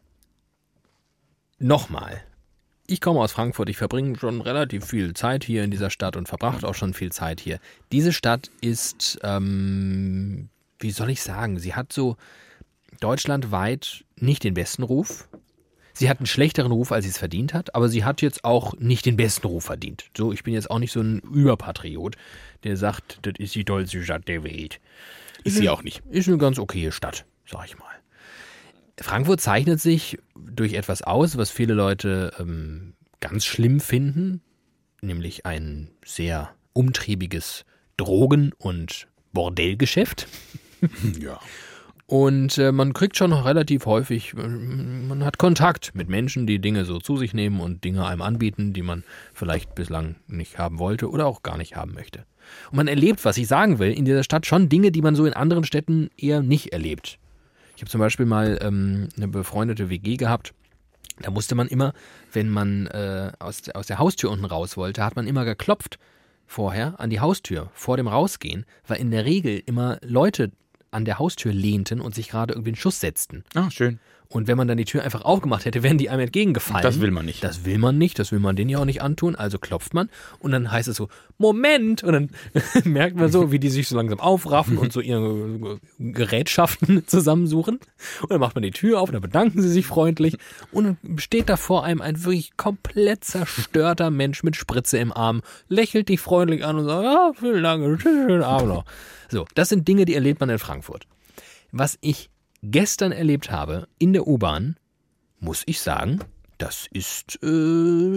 S2: nochmal, ich komme aus Frankfurt, ich verbringe schon relativ viel Zeit hier in dieser Stadt und verbrachte auch schon viel Zeit hier. Diese Stadt ist, ähm, wie soll ich sagen, sie hat so deutschlandweit nicht den besten Ruf. Sie hat einen schlechteren Ruf, als sie es verdient hat, aber sie hat jetzt auch nicht den besten Ruf verdient. So, ich bin jetzt auch nicht so ein Überpatriot, der sagt, das ist die tollste Stadt der Welt.
S1: Ist sie auch nicht.
S2: Ist eine ganz okaye Stadt, sag ich mal. Frankfurt zeichnet sich durch etwas aus, was viele Leute ähm, ganz schlimm finden, nämlich ein sehr umtriebiges Drogen- und Bordellgeschäft.
S1: Ja.
S2: Und äh, man kriegt schon relativ häufig, äh, man hat Kontakt mit Menschen, die Dinge so zu sich nehmen und Dinge einem anbieten, die man vielleicht bislang nicht haben wollte oder auch gar nicht haben möchte. Und man erlebt, was ich sagen will, in dieser Stadt schon Dinge, die man so in anderen Städten eher nicht erlebt. Ich habe zum Beispiel mal ähm, eine befreundete W G gehabt. Da musste man immer, wenn man äh, aus, aus der Haustür unten raus wollte, hat man immer geklopft vorher an die Haustür, vor dem Rausgehen, weil in der Regel immer Leute an der Haustür lehnten und sich gerade irgendwie einen Schuss setzten.
S1: Ah, schön.
S2: Und wenn man dann die Tür einfach aufgemacht hätte, wären die einem entgegengefallen.
S1: Das will man nicht.
S2: Das will man nicht, das will man denen ja auch nicht antun. Also klopft man und dann heißt es so, Moment! Und dann merkt man so, wie die sich so langsam aufraffen und so ihre Gerätschaften zusammensuchen. Und dann macht man die Tür auf, dann bedanken sie sich freundlich und dann steht da vor einem ein wirklich komplett zerstörter Mensch mit Spritze im Arm, lächelt dich freundlich an und sagt, ah, vielen Dank, schönen Abend noch. So, das sind Dinge, die erlebt man in Frankfurt. Was ich gestern erlebt habe in der U-Bahn, muss ich sagen, das ist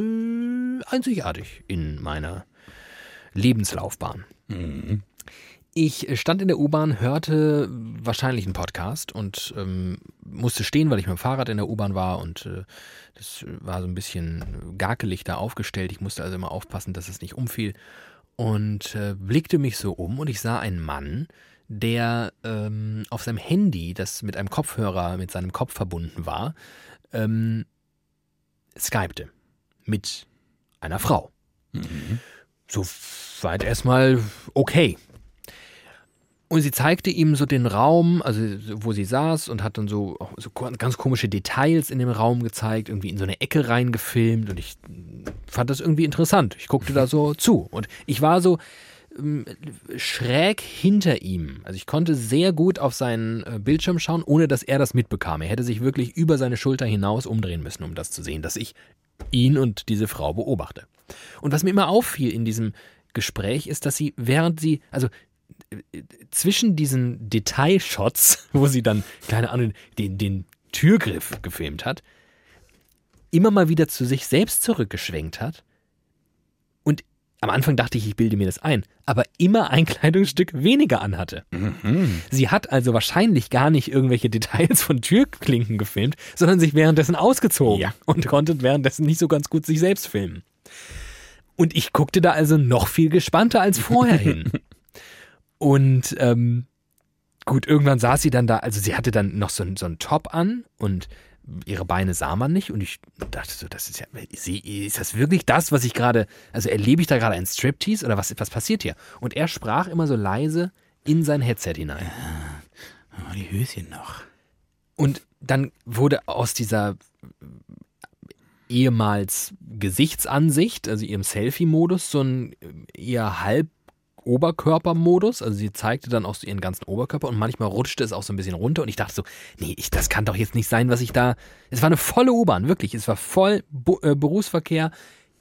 S2: äh, einzigartig in meiner Lebenslaufbahn.
S1: Mhm.
S2: Ich stand in der U-Bahn, hörte wahrscheinlich einen Podcast und ähm, musste stehen, weil ich mit dem Fahrrad in der U-Bahn war und äh, das war so ein bisschen garkelig da aufgestellt. Ich musste also immer aufpassen, dass es nicht umfiel und äh, blickte mich so um und ich sah einen Mann, der ähm, auf seinem Handy, das mit einem Kopfhörer mit seinem Kopf verbunden war, ähm, skypte mit einer Frau.
S1: Mhm.
S2: So weit erstmal okay. Und sie zeigte ihm so den Raum, also wo sie saß und hat dann so, so ganz komische Details in dem Raum gezeigt, irgendwie in so eine Ecke reingefilmt und ich fand das irgendwie interessant. Ich guckte da so zu und ich war so ähm, schräg hinter ihm. Also ich konnte sehr gut auf seinen äh, Bildschirm schauen, ohne dass er das mitbekam. Er hätte sich wirklich über seine Schulter hinaus umdrehen müssen, um das zu sehen, dass ich ihn und diese Frau beobachte. Und was mir immer auffiel in diesem Gespräch ist, dass sie, während sie, also zwischen diesen Detailshots, wo sie dann, keine Ahnung, den, den Türgriff gefilmt hat, immer mal wieder zu sich selbst zurückgeschwenkt hat. Und am Anfang dachte ich, ich bilde mir das ein, aber immer ein Kleidungsstück weniger anhatte.
S1: Mhm.
S2: Sie hat also wahrscheinlich gar nicht irgendwelche Details von Türklinken gefilmt, sondern sich währenddessen ausgezogen
S1: Ja.
S2: und konnte währenddessen nicht so ganz gut sich selbst filmen. Und ich guckte da also noch viel gespannter als vorher hin. Und ähm, gut, irgendwann saß sie dann da, also sie hatte dann noch so, so einen Top an und ihre Beine sah man nicht und ich dachte so, das ist ja, ist das wirklich das, was ich gerade, also erlebe ich da gerade einen Striptease oder was, was passiert hier? Und er sprach immer so leise in sein Headset hinein.
S1: Oh, die Höschen noch.
S2: Und dann wurde aus dieser ehemals Gesichtsansicht, also ihrem Selfie-Modus, so ein eher halb Oberkörpermodus, also sie zeigte dann auch so ihren ganzen Oberkörper und manchmal rutschte es auch so ein bisschen runter und ich dachte so, nee, ich, das kann doch jetzt nicht sein, was ich da, es war eine volle U-Bahn, wirklich, es war voll Bu- äh, Berufsverkehr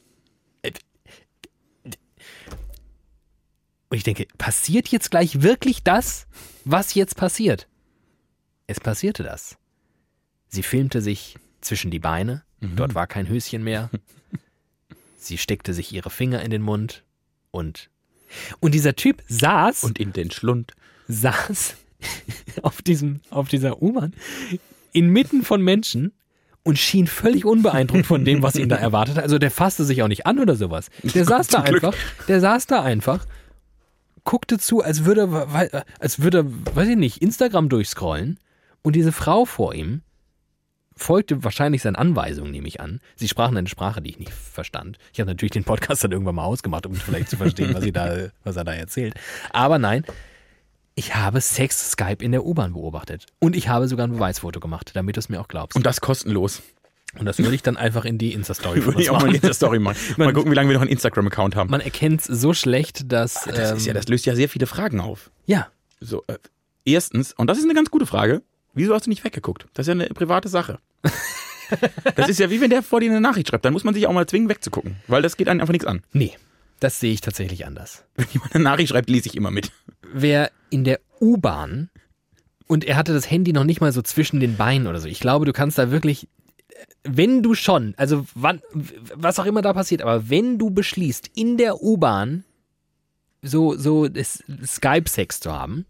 S2: und ich denke, passiert jetzt gleich wirklich das, was jetzt passiert? Es passierte das. Sie filmte sich zwischen die Beine, mhm. Dort war kein Höschen mehr, sie steckte sich ihre Finger in den Mund und Und dieser Typ saß
S1: Und in den Schlund.
S2: saß auf, diesem, auf dieser U-Bahn inmitten von Menschen und schien völlig unbeeindruckt von dem, was ihn da erwartete. Also der fasste sich auch nicht an oder sowas. Der saß da
S1: Zum Glück.
S2: einfach, der saß da einfach, guckte zu, als würde er, als würde er, weiß ich nicht, Instagram durchscrollen und diese Frau vor ihm folgte wahrscheinlich seinen Anweisungen, nehme ich an. Sie sprachen eine Sprache, die ich nicht verstand. Ich habe natürlich den Podcast dann irgendwann mal ausgemacht, um vielleicht zu verstehen, was, sie da, was er da erzählt. Aber nein, ich habe Sex-Skype in der U-Bahn beobachtet. Und ich habe sogar ein Beweisfoto gemacht, damit du es mir auch glaubst.
S1: Und das kostenlos.
S2: Und das würde ich dann einfach in die Insta-Story
S1: Würde ich auch mal eine Insta-Story machen. Mal gucken, wie lange wir noch einen Instagram-Account haben.
S2: Man erkennt so schlecht, dass...
S1: Ach, das,
S2: ähm,
S1: ist ja, das löst ja sehr viele Fragen auf.
S2: ja,
S1: So, äh, erstens, und das ist eine ganz gute Frage, wieso hast du nicht weggeguckt? Das ist ja eine private Sache. Das ist ja wie wenn der vor dir eine Nachricht schreibt, dann muss man sich auch mal zwingen wegzugucken, weil das geht einem einfach nichts an.
S2: nee, das sehe ich tatsächlich anders.
S1: Wenn jemand eine Nachricht schreibt, lese ich immer mit.
S2: Wer in der U-Bahn und er hatte das Handy noch nicht mal so zwischen den Beinen oder so. Ich glaube, du kannst da wirklich, wenn du schon, also wann, was auch immer da passiert, aber wenn du beschließt, in der U-Bahn so, so das Skype-Sex zu haben,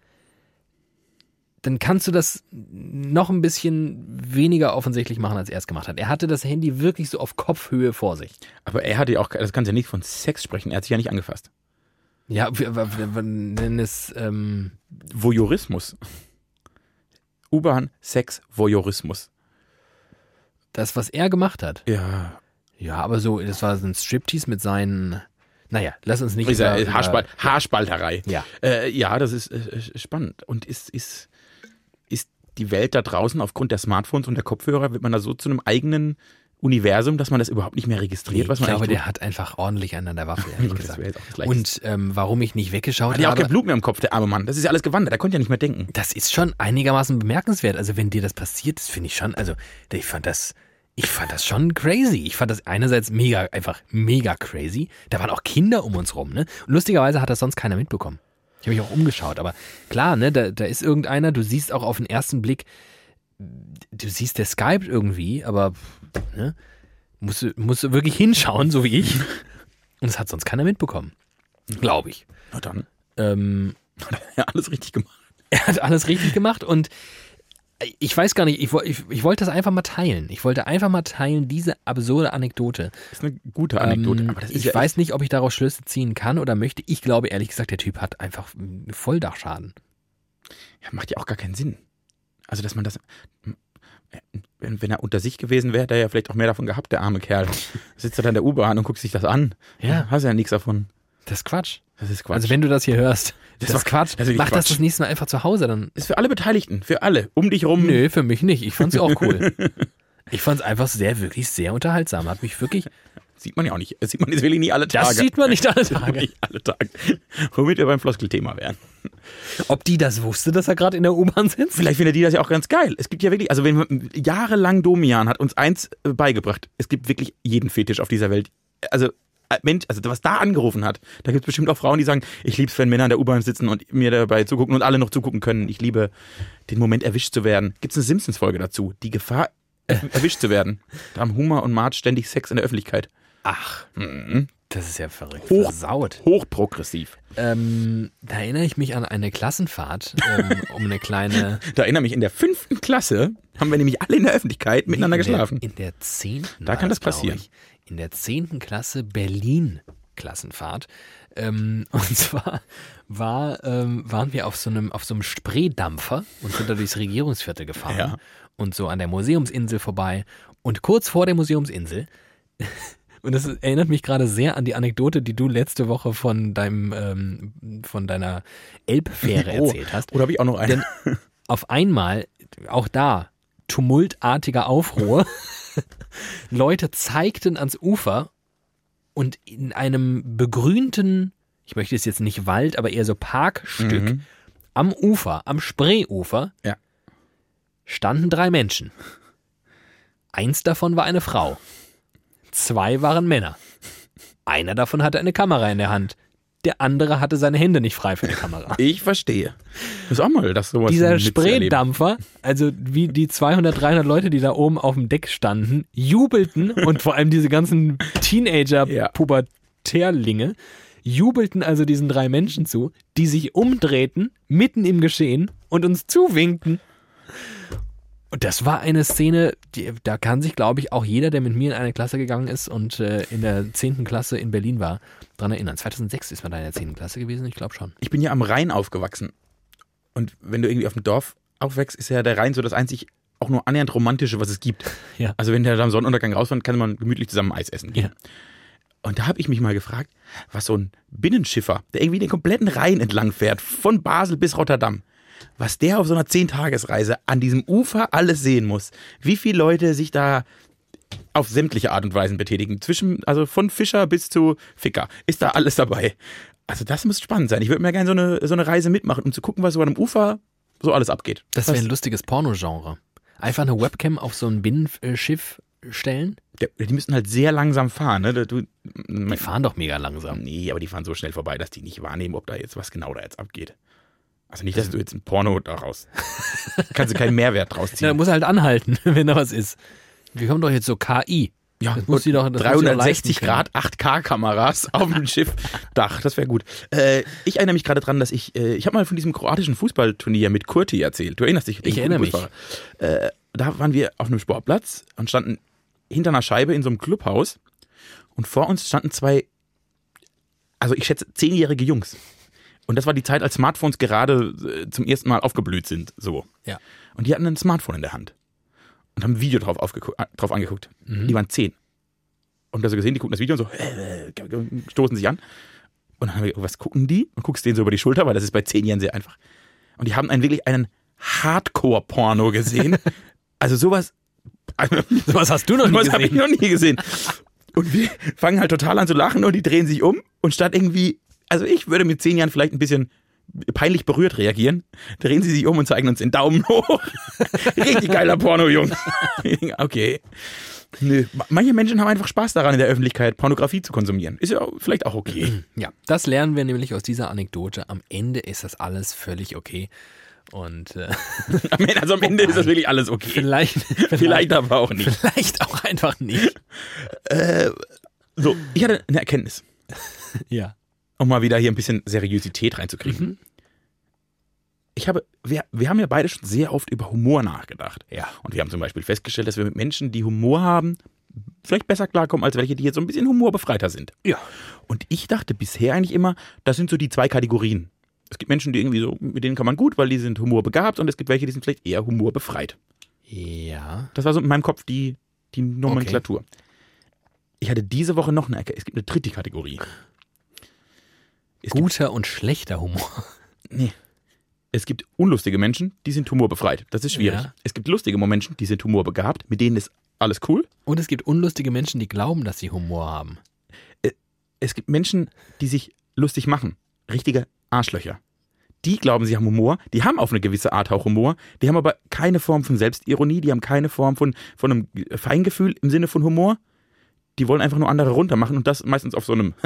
S2: dann kannst du das noch ein bisschen weniger offensichtlich machen, als er es gemacht hat. Er hatte das Handy wirklich so auf Kopfhöhe vor sich.
S1: Aber er hatte ja auch, das kannst ja nicht von Sex sprechen, er hat sich ja nicht angefasst.
S2: Ja, wir, wir, wir nennen es, ähm,
S1: Voyeurismus. U-Bahn, Sex, Voyeurismus.
S2: das, was er gemacht hat.
S1: Ja.
S2: Ja, aber so, das war so ein Striptease mit seinen, naja, lass uns nicht
S1: Ist ja
S2: über-
S1: Haarspal Haarspalterei.
S2: Ja.
S1: Äh, ja, das ist äh, spannend. Und ist, ist, ist die Welt da draußen aufgrund der Smartphones und der Kopfhörer, wird man da so zu einem eigenen Universum, dass man das überhaupt nicht mehr registriert,
S2: Nee,
S1: was
S2: ich
S1: man
S2: glaube,
S1: eigentlich
S2: der hat einfach ordentlich einen an der Waffe, ehrlich
S1: Gut, das
S2: gesagt.
S1: wäre jetzt auch das Gleiche.
S2: Und ähm, warum ich nicht weggeschaut
S1: Hat ja auch
S2: habe,
S1: kein Blut mehr im Kopf, der arme Mann. Das ist ja alles gewandert, der konnte ja nicht mehr denken.
S2: das ist schon einigermaßen bemerkenswert. Also wenn dir das passiert, das finde ich schon, also ich fand das, ich fand das schon crazy. Ich fand das einerseits mega, einfach mega crazy. Da waren auch Kinder um uns rum, ne? Und lustigerweise hat das sonst keiner mitbekommen. Ich habe mich auch umgeschaut, aber klar, ne, da, da ist irgendeiner, du siehst auch auf den ersten Blick, du siehst, der Skype irgendwie, aber ne, musst, du- musst du wirklich hinschauen, so wie ich. Und das hat sonst keiner mitbekommen. Glaube ich.
S1: Na dann.
S2: Ähm,
S1: Ja, alles richtig gemacht.
S2: Er hat alles richtig gemacht und ich weiß gar nicht, ich, ich, ich wollte das einfach mal teilen. Ich wollte einfach mal teilen, diese absurde Anekdote.
S1: Das ist eine gute Anekdote.
S2: Ähm,
S1: aber das ist
S2: ich
S1: ja
S2: weiß nicht, ob ich daraus Schlüsse ziehen kann oder möchte. Ich glaube ehrlich gesagt, der Typ hat einfach einen Volldachschaden.
S1: Ja, macht ja auch gar keinen Sinn. Also, dass man das. Wenn, wenn er unter sich gewesen wäre, hätte er ja vielleicht auch mehr davon gehabt, der arme Kerl. Sitzt er da in der U-Bahn und guckt sich das an.
S2: Ja.
S1: Hast ja nichts davon.
S2: Das ist Quatsch.
S1: Das ist Quatsch.
S2: Also wenn du das hier hörst, das,
S1: Das
S2: ist Quatsch.
S1: das ist
S2: Mach
S1: Quatsch.
S2: das das nächste Mal einfach zu Hause. Dann.
S1: Das ist für alle Beteiligten, für alle. Um dich rum.
S2: Nö, für mich nicht. Ich fand's auch cool. Ich fand's einfach sehr, wirklich sehr unterhaltsam. Hat mich wirklich...
S1: Sieht man ja auch nicht. Das sieht man jetzt wirklich nie alle Tage.
S2: Das sieht man nicht alle
S1: Das sieht man
S2: Tage.
S1: nicht alle Tage. Womit wir beim Floskelthema wären.
S2: Ob die das wusste, dass er gerade in der U-Bahn sitzt?
S1: Vielleicht findet die das ja auch ganz geil. Es gibt ja wirklich, also wenn man, jahrelang Domian hat uns eins äh, beigebracht. Es gibt wirklich jeden Fetisch auf dieser Welt. Also, äh, Mensch, also was da angerufen hat, da gibt es bestimmt auch Frauen, die sagen, ich liebe es, wenn Männer in der U-Bahn sitzen und mir dabei zugucken und alle noch zugucken können. Ich liebe den Moment, erwischt zu werden. Gibt es eine Simpsons-Folge dazu? Die Gefahr, äh, erwischt zu werden. Da haben Homer und Marge ständig Sex in der Öffentlichkeit.
S2: Ach,
S1: Mhm.
S2: das ist ja verrückt.
S1: Hoch-
S2: Versaut.
S1: Hochprogressiv.
S2: Ähm, da erinnere ich mich an eine Klassenfahrt ähm, um eine kleine...
S1: Da erinnere mich, in der fünften Klasse haben wir nämlich alle in der Öffentlichkeit miteinander
S2: in der,
S1: geschlafen.
S2: In der zehnten
S1: Da
S2: war
S1: kann das
S2: glaub
S1: passieren.
S2: Ich, in der zehnten Klasse Berlin Klassenfahrt. Ähm, und zwar war, ähm, waren wir auf so einem, auf so einem Spreedampfer und sind da durchs Regierungsviertel gefahren
S1: Ja.
S2: und so an der Museumsinsel vorbei. Und kurz vor der Museumsinsel, und das ist, erinnert mich gerade sehr an die Anekdote, die du letzte Woche von deinem, ähm, von deiner Elbfähre
S1: Oh,
S2: erzählt hast.
S1: Oder habe ich auch noch einen?
S2: Denn auf einmal, auch da, tumultartiger Aufruhr. Leute zeigten ans Ufer und in einem begrünten, ich möchte es jetzt nicht Wald, aber eher so Parkstück,
S1: Mhm.
S2: am Ufer, am Spreeufer,
S1: Ja.
S2: standen drei Menschen. Eins davon war eine Frau. Zwei waren Männer. Einer davon hatte eine Kamera in der Hand. Der andere hatte seine Hände nicht frei für die Kamera.
S1: Ich verstehe. Das ist auch mal das sowas
S2: Dieser
S1: mitzuerleben.
S2: Spreedampfer, also wie die zweihundert, dreihundert Leute, die da oben auf dem Deck standen, jubelten und vor allem diese ganzen
S1: Ja.
S2: Teenager-Pubertärlinge, jubelten also diesen drei Menschen zu, die sich umdrehten, mitten im Geschehen und uns zuwinkten. Und das war eine Szene, die, da kann sich, glaube ich, auch jeder, der mit mir in eine Klasse gegangen ist und äh, in der zehnten Klasse in Berlin war, dran erinnern. zweitausendsechs ist man da in der zehnten Klasse gewesen, ich glaube schon.
S1: Ich bin ja am Rhein aufgewachsen. Und wenn du irgendwie auf dem Dorf aufwächst, ist ja der Rhein so das einzig auch nur annähernd romantische, was es gibt.
S2: Ja.
S1: Also wenn der da am Sonnenuntergang rausfährt, kann man gemütlich zusammen Eis essen gehen.
S2: Ja.
S1: Und da habe ich mich mal gefragt, was so ein Binnenschiffer, der irgendwie den kompletten Rhein entlang fährt, von Basel bis Rotterdam, was der auf so einer Zehntagesreise an diesem Ufer alles sehen muss. Wie viele Leute sich da auf sämtliche Art und Weisen betätigen. Zwischen, also von Fischer bis zu Ficker. Ist da alles dabei. Also das muss spannend sein. Ich würde mir gerne so eine, so eine Reise mitmachen, um zu gucken, was so an einem Ufer so alles abgeht.
S2: Das wäre
S1: Was-
S2: ein lustiges Pornogenre. Einfach eine Webcam auf so ein Binnenschiff stellen.
S1: Der, die müssen halt sehr langsam fahren. Ne? Du,
S2: Die fahren doch mega langsam.
S1: nee, aber die fahren so schnell vorbei, dass die nicht wahrnehmen, ob da jetzt was genau da jetzt abgeht. Also nicht, dass du jetzt ein Porno daraus. Kannst du keinen Mehrwert draus
S2: Ja,
S1: ziehen.
S2: dann muss er halt anhalten, wenn da was ist. Wir haben doch jetzt so K I.
S1: Ja,
S2: das muss sie doch, das muss sie doch
S1: dreihundertsechzig
S2: leisten können.
S1: Grad acht K Kameras auf dem Schiffdach, das wäre gut. Äh, ich erinnere mich gerade dran, dass ich, äh, ich habe mal von diesem kroatischen Fußballturnier mit Kurti erzählt. Du erinnerst dich? den
S2: Ich erinnere
S1: guten
S2: mich.
S1: Fußballer. Äh, da waren wir auf einem Sportplatz und standen hinter einer Scheibe in so einem Clubhaus und vor uns standen zwei, also ich schätze zehnjährige Jungs. Und das war die Zeit, als Smartphones gerade äh, zum ersten Mal aufgeblüht sind. So.
S2: Ja.
S1: Und die hatten ein Smartphone in der Hand und haben ein Video drauf, aufgegu- äh, drauf angeguckt.
S2: Mhm.
S1: Die waren zehn. Und da so gesehen, die gucken das Video und so, äh, äh, stoßen sich an. Und dann haben wir, was gucken die? Und guckst denen so über die Schulter, weil das ist bei zehn Jahren sehr einfach. Und die haben einen wirklich einen Hardcore-Porno gesehen. Also sowas, also,
S2: Sowas hast du noch nie
S1: sowas habe ich
S2: gesehen.
S1: noch nie gesehen. Und wir fangen halt total an zu lachen und die drehen sich um und statt irgendwie, also ich würde mit zehn Jahren vielleicht ein bisschen peinlich berührt reagieren, drehen sie sich um und zeigen uns den Daumen hoch. Richtig geiler Porno, Jungs. Okay. Nö. Manche Menschen haben einfach Spaß daran, in der Öffentlichkeit Pornografie zu konsumieren. Ist ja auch- vielleicht auch okay.
S2: Ja, das lernen wir nämlich aus dieser Anekdote. Am Ende ist das alles völlig okay. Und äh,
S1: Am Ende, also am Ende ist das wirklich alles okay.
S2: vielleicht, vielleicht,
S1: Vielleicht aber auch nicht.
S2: vielleicht auch einfach nicht.
S1: Äh, so, ich hatte eine Erkenntnis,
S2: Ja.
S1: um mal wieder hier ein bisschen Seriosität reinzukriegen.
S2: Mhm.
S1: ich habe, wir, wir haben ja beide schon sehr oft über Humor nachgedacht.
S2: Ja.
S1: Und wir haben zum Beispiel festgestellt, dass wir mit Menschen, die Humor haben, vielleicht besser klarkommen, als welche, die jetzt so ein bisschen humorbefreiter sind.
S2: Ja.
S1: Und ich dachte bisher eigentlich immer, das sind so die zwei Kategorien. Es gibt Menschen, die irgendwie so, mit denen kann man gut, weil die sind humorbegabt, und es gibt welche, die sind vielleicht eher humorbefreit.
S2: Ja.
S1: Das war so in meinem Kopf die, die Nomenklatur. Okay. Ich hatte diese Woche noch eine Ecke. Es gibt eine dritte Kategorie. Es
S2: Guter und schlechter Humor.
S1: Nee. Es gibt unlustige Menschen, die sind humorbefreit. Das ist schwierig.
S2: Ja.
S1: Es gibt lustige Menschen, die sind humorbegabt, mit denen ist alles cool.
S2: Und es gibt unlustige Menschen, die glauben, dass sie Humor haben.
S1: Es gibt Menschen, die sich lustig machen. Richtige Arschlöcher. Die glauben, sie haben Humor. Die haben auf eine gewisse Art auch Humor. Die haben aber keine Form von Selbstironie. Die haben keine Form von, von einem Feingefühl im Sinne von Humor. Die wollen einfach nur andere runtermachen, und das meistens auf so einem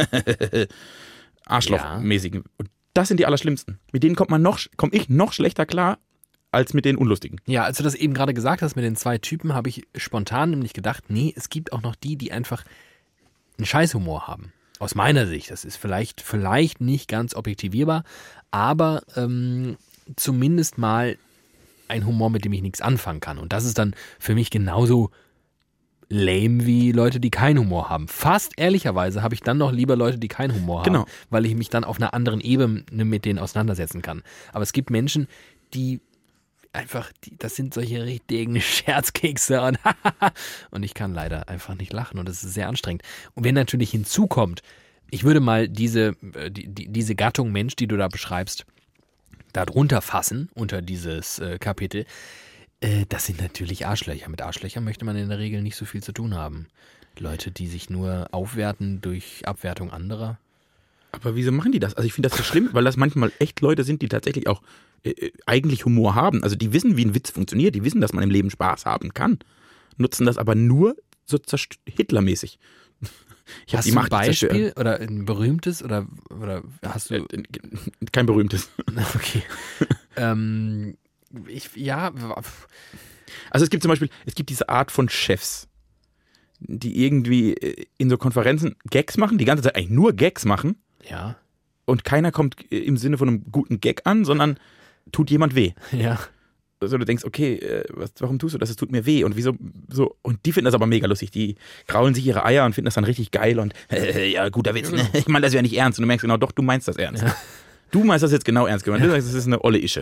S1: Arschlochmäßigen. Und das sind die Allerschlimmsten. Mit denen kommt man noch, komme ich noch schlechter klar als mit den Unlustigen.
S2: Ja, als du das eben gerade gesagt hast mit den zwei Typen, habe ich spontan nämlich gedacht, nee, es gibt auch noch die, die einfach einen Scheißhumor haben. Aus meiner Sicht. Das ist vielleicht, vielleicht nicht ganz objektivierbar, aber ähm, zumindest mal ein Humor, mit dem ich nichts anfangen kann. Und das ist dann für mich genauso lame wie Leute, die keinen Humor haben. Fast ehrlicherweise habe ich dann noch lieber Leute, die keinen Humor haben,
S1: Genau.
S2: weil ich mich dann auf einer anderen Ebene mit denen auseinandersetzen kann. Aber es gibt Menschen, die einfach, die, das sind solche richtigen Scherzkekse und, und ich kann leider einfach nicht lachen, und das ist sehr anstrengend. Und wenn natürlich hinzukommt, ich würde mal diese, die, die, diese Gattung Mensch, die du da beschreibst, da drunter fassen, unter dieses äh, Kapitel, äh, das sind natürlich Arschlöcher. Mit Arschlöchern möchte man in der Regel nicht so viel zu tun haben. Leute, die sich nur aufwerten durch Abwertung anderer.
S1: Aber wieso machen die das? Also ich finde das so schlimm, weil das manchmal echt Leute sind, die tatsächlich auch äh, eigentlich Humor haben. Also die wissen, wie ein Witz funktioniert, die wissen, dass man im Leben Spaß haben kann, nutzen das aber nur so zerst- Hitlermäßig. Ich
S2: hast
S1: die
S2: du ein
S1: Macht
S2: Beispiel oder ein berühmtes oder, oder hast du...
S1: Äh, kein berühmtes.
S2: Okay. ähm, ich, ja...
S1: Also es gibt zum Beispiel, es gibt diese Art von Chefs, die irgendwie in so Konferenzen Gags machen, die ganze Zeit eigentlich nur Gags machen.
S2: Ja.
S1: Und keiner kommt im Sinne von einem guten Gag an, sondern tut jemand weh.
S2: Ja.
S1: Also du denkst, okay, was, warum tust du das? Es tut mir weh. Und wieso so? Und die finden das aber mega lustig. Die kraulen sich ihre Eier und finden das dann richtig geil und äh, ja, guter Witz. Ne? Ich meine das ja nicht ernst. Und du merkst genau, doch, du meinst das ernst. Ja. Du meinst das jetzt genau ernst gemeint. Du sagst, das ist eine olle Ische.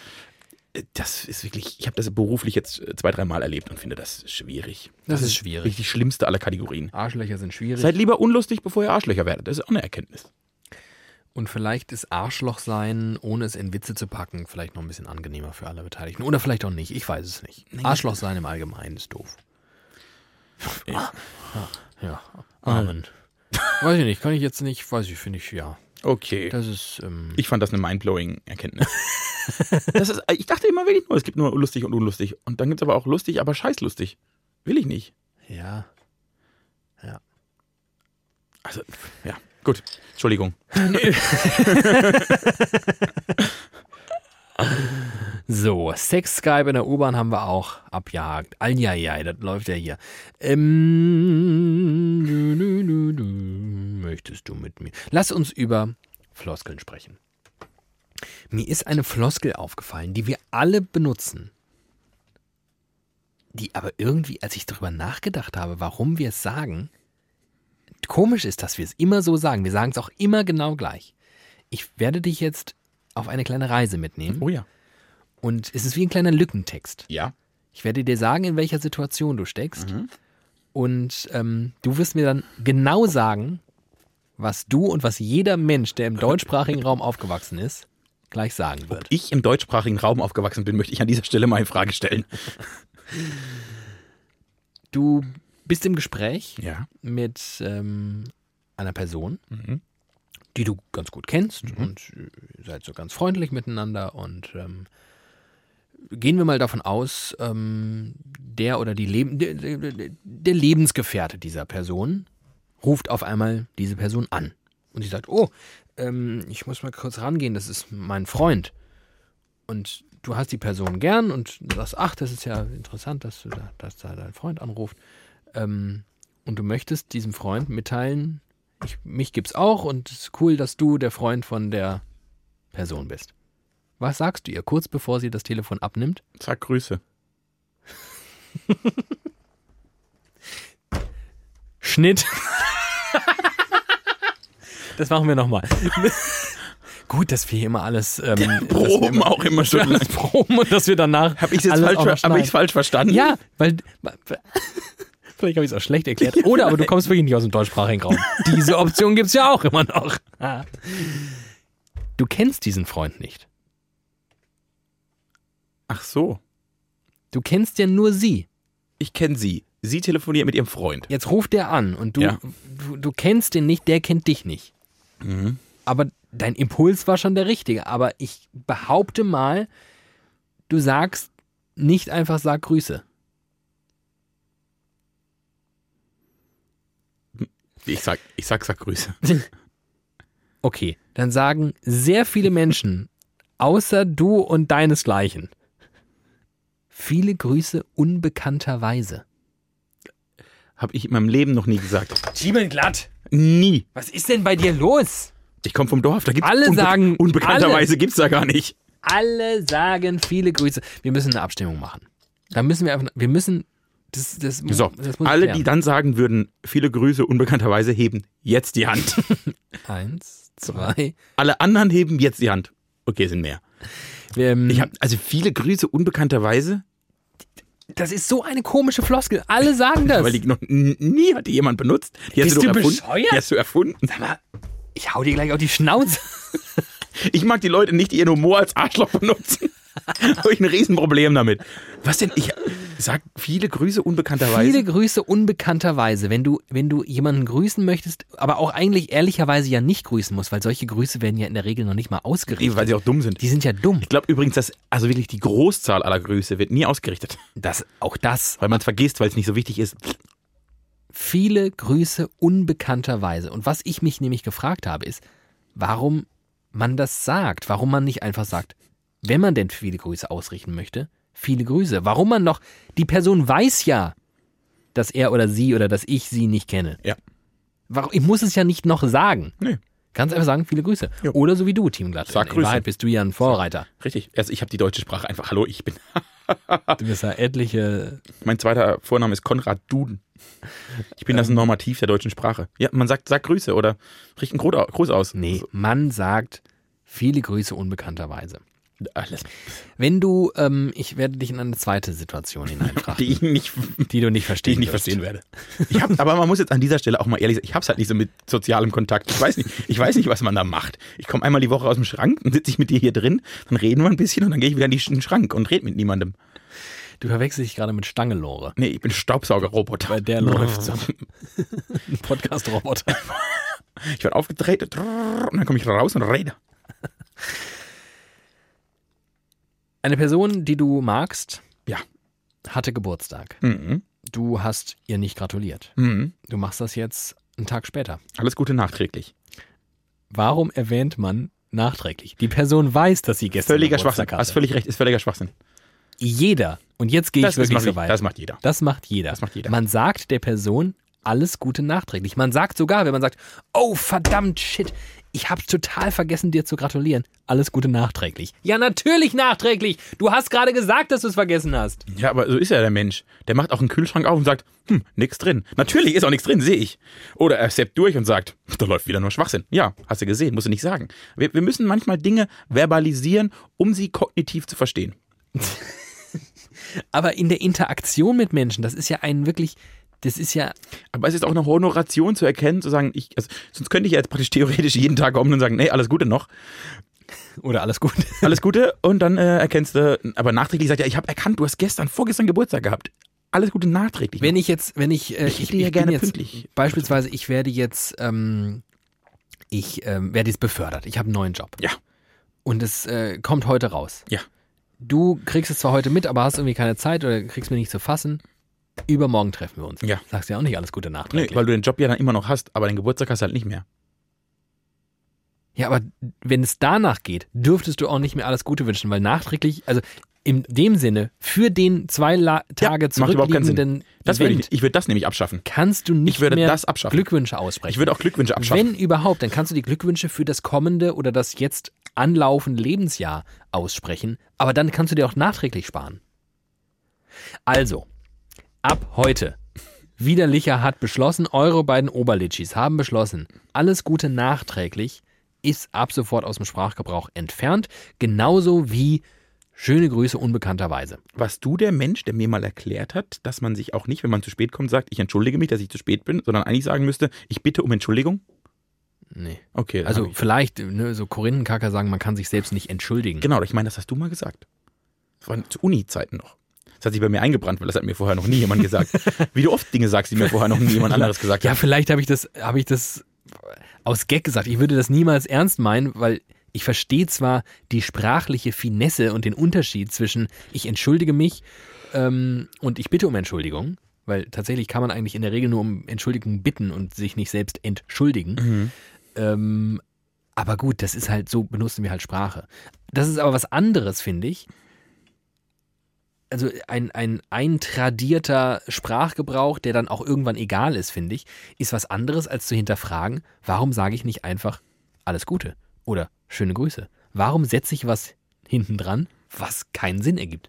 S1: Das ist wirklich, ich habe das beruflich jetzt zwei, dreimal erlebt und finde das schwierig.
S2: Das, das ist schwierig.
S1: Wirklich die schlimmste aller Kategorien.
S2: Arschlöcher sind schwierig.
S1: Seid lieber unlustig, bevor ihr Arschlöcher werdet. Das ist auch eine Erkenntnis.
S2: Und vielleicht ist Arschloch sein, ohne es in Witze zu packen, vielleicht noch ein bisschen angenehmer für alle Beteiligten. Oder vielleicht auch nicht, ich weiß es nicht. Nee. Arschloch sein im Allgemeinen ist doof. Ja, ja. Amen. Weiß ich nicht, kann ich jetzt nicht, weiß ich, finde ich, ja.
S1: Okay.
S2: Das ist, ähm
S1: ich fand das eine mindblowing Erkenntnis. Das ist, ich dachte immer wirklich nur, es gibt nur lustig und unlustig. Und dann gibt es aber auch lustig, aber scheißlustig. Will ich nicht.
S2: Ja. Ja.
S1: Also, ja. Gut, Entschuldigung.
S2: So, Sex-Skype in der U-Bahn haben wir auch abgehakt. Aljajaj, das läuft ja hier. Ähm, du, du, du, du, möchtest du mit mir? Lass uns über Floskeln sprechen. Mir ist eine Floskel aufgefallen, die wir alle benutzen, die aber irgendwie, als ich darüber nachgedacht habe, warum wir es sagen, komisch ist, dass wir es immer so sagen. Wir sagen es auch immer genau gleich. Ich werde dich jetzt auf eine kleine Reise mitnehmen.
S1: Oh ja.
S2: Und es ist wie ein kleiner Lückentext.
S1: Ja.
S2: Ich werde dir sagen, in welcher Situation du steckst.
S1: Mhm.
S2: Und ähm, du wirst mir dann genau sagen, was du und was jeder Mensch, der im deutschsprachigen Raum aufgewachsen ist, gleich sagen wird.
S1: Ob ich im deutschsprachigen Raum aufgewachsen bin, möchte ich an dieser Stelle mal in Frage stellen.
S2: Du bist im Gespräch
S1: ja.
S2: mit ähm, einer Person,
S1: mhm.
S2: die du ganz gut kennst
S1: mhm.
S2: und äh, seid so ganz freundlich miteinander und ähm, gehen wir mal davon aus, ähm, der oder die Leben, der, der, der Lebensgefährte dieser Person ruft auf einmal diese Person an und sie sagt, oh, ähm, ich muss mal kurz rangehen, das ist mein Freund. Und du hast die Person gern und du sagst, ach, das ist ja interessant, dass, du da, dass da dein Freund anruft. Ähm, und du möchtest diesem Freund mitteilen, ich, mich gibt's auch und es ist cool, dass du der Freund von der Person bist. Was sagst du ihr, kurz bevor sie das Telefon abnimmt?
S1: Sag Grüße.
S2: Schnitt. Das machen wir nochmal. Gut, dass wir hier immer alles ähm,
S1: Proben immer, auch immer schon
S2: alles proben und dass wir danach
S1: Habe ich es
S2: alles
S1: falsch, hab ich's falsch verstanden?
S2: Ja, weil vielleicht habe ich es auch schlecht erklärt. Oder aber du kommst wirklich nicht aus dem deutschsprachigen Raum. Diese Option gibt es ja auch immer noch. Du kennst diesen Freund nicht.
S1: Ach so.
S2: Du kennst ja nur sie.
S1: Ich kenne sie. Sie telefoniert mit ihrem Freund.
S2: Jetzt ruft der an und du,
S1: Ja.
S2: du, du kennst den nicht, der kennt dich nicht.
S1: Mhm.
S2: Aber dein Impuls war schon der richtige. Aber ich behaupte mal, du sagst nicht einfach, sag Grüße.
S1: Ich sag, ich sag, sag Grüße.
S2: Okay, dann sagen sehr viele Menschen, außer du und deinesgleichen, viele Grüße unbekannterweise.
S1: Habe ich in meinem Leben noch nie gesagt.
S2: Schiebelglatt.
S1: Nie.
S2: Was ist denn bei dir los?
S1: Ich komme vom Dorf, da gibt's
S2: Alle
S1: unbe
S2: sagen-
S1: unbekannterweise
S2: alle-
S1: gibt's da gar nicht.
S2: Alle sagen viele Grüße. Wir müssen eine Abstimmung machen. Da müssen wir einfach, wir müssen, das, das,
S1: So,
S2: das muss ich
S1: alle,
S2: klären.
S1: die dann sagen würden, viele Grüße unbekannterweise, heben jetzt die Hand.
S2: Eins, zwei.
S1: Alle anderen heben jetzt die Hand. Okay, sind mehr.
S2: Ähm,
S1: Ich hab, also viele Grüße unbekannterweise,
S2: das ist so eine komische Floskel. Alle sagen das.
S1: weil die noch n- nie hat die jemand benutzt. Die hast
S2: Bist
S1: du doch
S2: du
S1: erfunden.
S2: bescheuert?
S1: Die hast du erfunden.
S2: Sag mal, ich hau dir gleich auf die Schnauze.
S1: Ich mag die Leute nicht, die ihren Humor als Arschloch benutzen. Habe ich ein Riesenproblem damit. Was denn? Ich sag viele Grüße unbekannterweise.
S2: Viele Grüße unbekannterweise, wenn du, wenn du jemanden grüßen möchtest, aber auch eigentlich ehrlicherweise ja nicht grüßen musst, weil solche Grüße werden ja in der Regel noch nicht mal ausgerichtet.
S1: Weil sie auch dumm sind.
S2: Die sind ja dumm.
S1: Ich glaube übrigens, dass also wirklich die Großzahl aller Grüße wird nie ausgerichtet.
S2: Das, auch das.
S1: Weil man es vergisst, weil es nicht so wichtig ist.
S2: Viele Grüße unbekannterweise. Und was ich mich nämlich gefragt habe, ist, warum man das sagt. Warum man nicht einfach sagt, wenn man denn viele Grüße ausrichten möchte, viele Grüße. Warum man noch, die Person weiß ja, dass er oder sie oder dass ich sie nicht kenne.
S1: Ja.
S2: Warum, ich muss es ja nicht noch sagen.
S1: Nee.
S2: Kannst einfach sagen, viele Grüße.
S1: Jo.
S2: Oder so wie du, Team Glatt.
S1: Sag
S2: In
S1: Grüße.
S2: Wahrheit bist du ja ein Vorreiter.
S1: Richtig. Also ich habe die deutsche Sprache einfach. Hallo, ich bin.
S2: Du bist ja etliche.
S1: Mein zweiter Vorname ist Konrad Duden. Ich bin das Normativ der deutschen Sprache. Ja, man sagt, sag Grüße oder richt einen Gro- Gruß aus.
S2: Nee, man sagt viele Grüße unbekannterweise.
S1: Alles.
S2: Wenn du, ähm, ich werde dich in eine zweite Situation hineinfragen,
S1: Die ich nicht,
S2: die du nicht
S1: die
S2: verstehen
S1: ich nicht
S2: wirst.
S1: verstehen werde. Ich hab, aber man muss jetzt an dieser Stelle auch mal ehrlich sein, ich hab's halt nicht so mit sozialem Kontakt. Ich weiß nicht, ich weiß nicht, was man da macht. Ich komme einmal die Woche aus dem Schrank, dann sitze ich mit dir hier drin, dann reden wir ein bisschen und dann gehe ich wieder in den Schrank und rede mit niemandem.
S2: Du verwechselst dich gerade mit Stangelore.
S1: Nee, ich bin Staubsaugerroboter.
S2: Bei der läuft so. Ein Podcast-Roboter.
S1: Ich werde aufgedreht und dann komme ich raus und rede.
S2: Eine Person, die du magst,
S1: Ja.
S2: hatte Geburtstag.
S1: Mhm.
S2: Du hast ihr nicht gratuliert.
S1: Mhm.
S2: Du machst das jetzt einen Tag später.
S1: Alles Gute nachträglich.
S2: Warum erwähnt man nachträglich? Die Person weiß, dass sie gestern
S1: Völliger Schwachsinn.
S2: Geburtstag
S1: Hast
S2: hatte.
S1: völlig recht, ist völliger Schwachsinn.
S2: Jeder. Und jetzt gehe ich
S1: Das, das,
S2: wirklich
S1: macht
S2: so
S1: ich,
S2: weit.
S1: das macht jeder.
S2: Das macht jeder.
S1: Das macht jeder.
S2: Man sagt der Person alles Gute nachträglich. Man sagt sogar, wenn man sagt, oh verdammt, shit, ich hab's total vergessen, dir zu gratulieren. Alles Gute nachträglich. Ja, natürlich nachträglich. Du hast gerade gesagt, dass du es vergessen hast.
S1: Ja, aber so ist ja der Mensch. Der macht auch einen Kühlschrank auf und sagt, hm, nix drin. Natürlich ist auch nichts drin, sehe ich. Oder er steppt durch und sagt, da läuft wieder nur Schwachsinn. Ja, hast du gesehen, musst du nicht sagen. Wir, wir müssen manchmal Dinge verbalisieren, um sie kognitiv zu verstehen.
S2: Aber in der Interaktion mit Menschen, das ist ja ein wirklich, das ist ja,
S1: Aber es ist auch eine Honoration zu erkennen, zu sagen, ich, also, sonst könnte ich ja jetzt praktisch theoretisch jeden Tag kommen und sagen, nee, alles Gute noch.
S2: oder alles gut.
S1: Alles Gute und dann äh, erkennst du, aber nachträglich sagt er, ich habe erkannt, du hast gestern, vorgestern Geburtstag gehabt. Alles Gute nachträglich.
S2: Wenn ich jetzt, wenn ich, äh,
S1: Ich
S2: ich,
S1: hätte ja
S2: ich
S1: gerne
S2: bin jetzt,
S1: pünktlich.
S2: beispielsweise, ich werde jetzt, ähm, ich ähm, werde jetzt befördert. Ich habe einen neuen Job.
S1: Ja.
S2: Und es äh, kommt heute raus.
S1: Ja.
S2: Du kriegst es zwar heute mit, aber hast irgendwie keine Zeit oder kriegst mir nicht zu fassen. Übermorgen treffen wir uns.
S1: Ja.
S2: Sagst ja auch nicht alles Gute
S1: Nee,
S2: nachträglich.
S1: weil du den Job ja dann immer noch hast, aber den Geburtstag hast du halt nicht mehr.
S2: Ja, aber wenn es danach geht, dürftest du auch nicht mehr alles Gute wünschen, weil nachträglich, also in dem Sinne, für den zwei La Tage
S1: macht überhaupt keinen Sinn.
S2: zurückliegenden
S1: Das würde
S2: Event
S1: ich, ich würde das nämlich abschaffen.
S2: kannst du nicht
S1: Ich würde
S2: mehr
S1: das abschaffen.
S2: Glückwünsche aussprechen.
S1: Ich würde auch Glückwünsche abschaffen.
S2: Wenn überhaupt, dann kannst du die Glückwünsche für das kommende oder das jetzt anlaufende Lebensjahr aussprechen, aber dann kannst du dir auch nachträglich sparen. Also, ab heute, Widerlicher hat beschlossen, eure beiden Oberlitschis haben beschlossen, alles Gute nachträglich ist ab sofort aus dem Sprachgebrauch entfernt, genauso wie schöne Grüße unbekannterweise.
S1: Warst du der Mensch, der mir mal erklärt hat, dass man sich auch nicht, wenn man zu spät kommt, sagt, ich entschuldige mich, dass ich zu spät bin, sondern eigentlich sagen müsste, ich bitte um Entschuldigung?
S2: Nee.
S1: Okay.
S2: Also vielleicht, ne, so Korinthenkacker sagen, man kann sich selbst nicht entschuldigen.
S1: Genau, ich meine, das hast du mal gesagt. Das war zu Uni-Zeiten noch. Das hat sich bei mir eingebrannt, weil das hat mir vorher noch nie jemand gesagt. Wie du oft Dinge sagst, die mir vorher noch nie jemand anderes gesagt hat.
S2: Ja, vielleicht habe ich das, habe ich das aus Gag gesagt. Ich würde das niemals ernst meinen, weil ich verstehe zwar die sprachliche Finesse und den Unterschied zwischen ich entschuldige mich ähm, und ich bitte um Entschuldigung, weil tatsächlich kann man eigentlich in der Regel nur um Entschuldigung bitten und sich nicht selbst entschuldigen. Mhm. Ähm, aber gut, das ist halt so, benutzen wir halt Sprache. Das ist aber was anderes, finde ich. Also ein, ein eintradierter Sprachgebrauch, der dann auch irgendwann egal ist, finde ich, ist was anderes, als zu hinterfragen, warum sage ich nicht einfach alles Gute oder schöne Grüße? Warum setze ich was hinten dran, was keinen Sinn ergibt?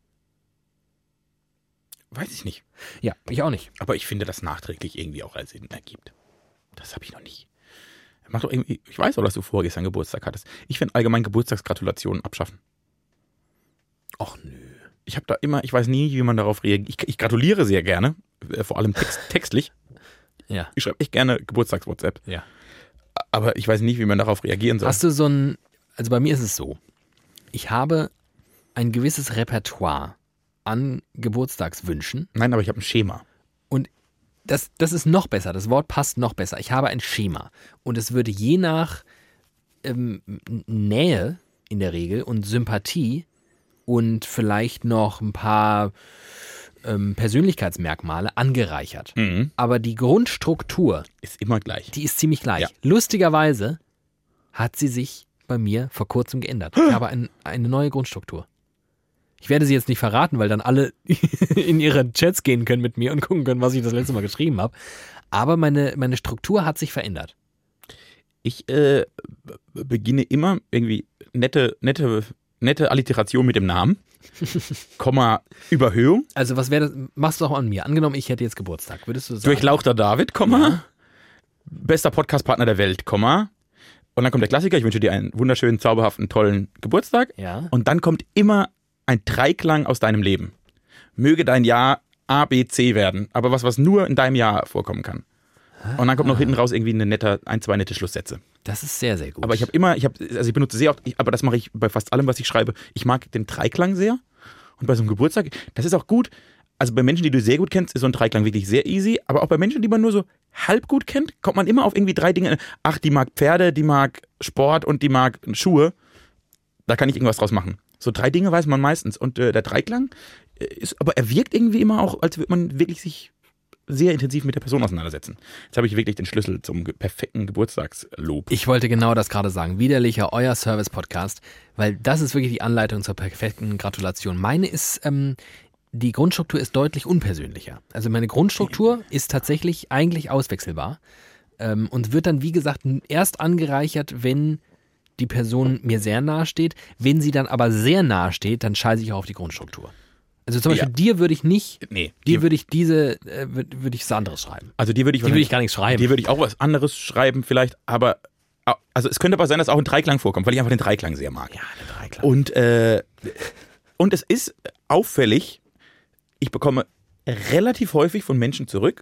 S1: Weiß ich nicht.
S2: Ja, ich auch nicht.
S1: Aber ich finde, dass nachträglich irgendwie auch einen Sinn ergibt. Das habe ich noch nicht. Mach doch irgendwie, ich weiß auch, dass du vorgestern Geburtstag hattest. Ich finde allgemein Geburtstagsgratulationen abschaffen.
S2: Och nö.
S1: Ich habe da immer, ich weiß nie, wie man darauf reagiert. Ich, ich gratuliere sehr gerne, äh, vor allem text, textlich.
S2: Ja.
S1: Ich schreibe echt gerne Geburtstags-WhatsApp.
S2: Ja.
S1: Aber ich weiß nicht, wie man darauf reagieren soll.
S2: Hast du so ein, also bei mir ist es so, ich habe ein gewisses Repertoire an Geburtstagswünschen.
S1: Nein, aber ich habe ein Schema.
S2: Und das, das ist noch besser, das Wort passt noch besser. Ich habe ein Schema. Und es würde je nach ähm, Nähe in der Regel und Sympathie und vielleicht noch ein paar ähm, Persönlichkeitsmerkmale angereichert.
S1: Mhm.
S2: Aber die Grundstruktur
S1: Ist immer gleich.
S2: die ist ziemlich gleich.
S1: Ja.
S2: Lustigerweise hat sie sich bei mir vor kurzem geändert. Ich habe ein, eine neue Grundstruktur. Ich werde sie jetzt nicht verraten, weil dann alle in ihre Chats gehen können mit mir und gucken können, was ich das letzte Mal geschrieben habe. Aber meine, meine Struktur hat sich verändert.
S1: Ich äh, beginne immer irgendwie nette, nette, nette Alliteration mit dem Namen, Komma, Überhöhung.
S2: Also was wäre das? Machst du doch an mir. Angenommen, ich hätte jetzt Geburtstag. Würdest du sagen?
S1: Durchlauchter David, Komma,
S2: Ja.
S1: bester Podcastpartner der Welt, Komma. Und dann kommt der Klassiker, ich wünsche dir einen wunderschönen, zauberhaften, tollen Geburtstag.
S2: Ja.
S1: Und dann kommt immer ein Dreiklang aus deinem Leben. Möge dein Jahr A, B, C werden, aber was, was nur in deinem Jahr vorkommen kann. Und dann kommt noch hinten raus irgendwie eine nette, ein, zwei nette Schlusssätze.
S2: Das ist sehr, sehr gut.
S1: Aber ich habe immer, ich habe, also ich benutze sehr oft, ich, aber das mache ich bei fast allem, was ich schreibe. Ich mag den Dreiklang sehr. Und bei so einem Geburtstag, das ist auch gut. Also bei Menschen, die du sehr gut kennst, ist so ein Dreiklang wirklich sehr easy. Aber auch bei Menschen, die man nur so halb gut kennt, kommt man immer auf irgendwie drei Dinge. Ach, die mag Pferde, die mag Sport und die mag Schuhe. Da kann ich irgendwas draus machen. So drei Dinge weiß man meistens. Und äh, der Dreiklang ist, aber er wirkt irgendwie immer auch, als würde man wirklich sich sehr intensiv mit der Person auseinandersetzen. Jetzt habe ich wirklich den Schlüssel zum ge- perfekten Geburtstagslob.
S2: Ich wollte genau das gerade sagen. Widerlicher, euer Service-Podcast, weil das ist wirklich die Anleitung zur perfekten Gratulation. Meine ist, ähm, die Grundstruktur ist deutlich unpersönlicher. Also meine Grundstruktur ist tatsächlich eigentlich auswechselbar ähm, und wird dann, wie gesagt, erst angereichert, wenn die Person mir sehr nahe steht. Wenn sie dann aber sehr nahe steht, dann scheiße ich auch auf die Grundstruktur. Also zum Beispiel
S1: Ja.
S2: dir würde ich nicht,
S1: Nee,
S2: dir würde ich diese, äh, würde würd ich was anderes schreiben.
S1: Also dir würde ich,
S2: Die würde ich gar nichts schreiben.
S1: dir würde ich auch was anderes schreiben vielleicht, aber also es könnte aber sein, dass auch ein Dreiklang vorkommt, weil ich einfach den Dreiklang sehr mag.
S2: Ja, der Dreiklang.
S1: Und äh, und es ist auffällig, ich bekomme relativ häufig von Menschen zurück,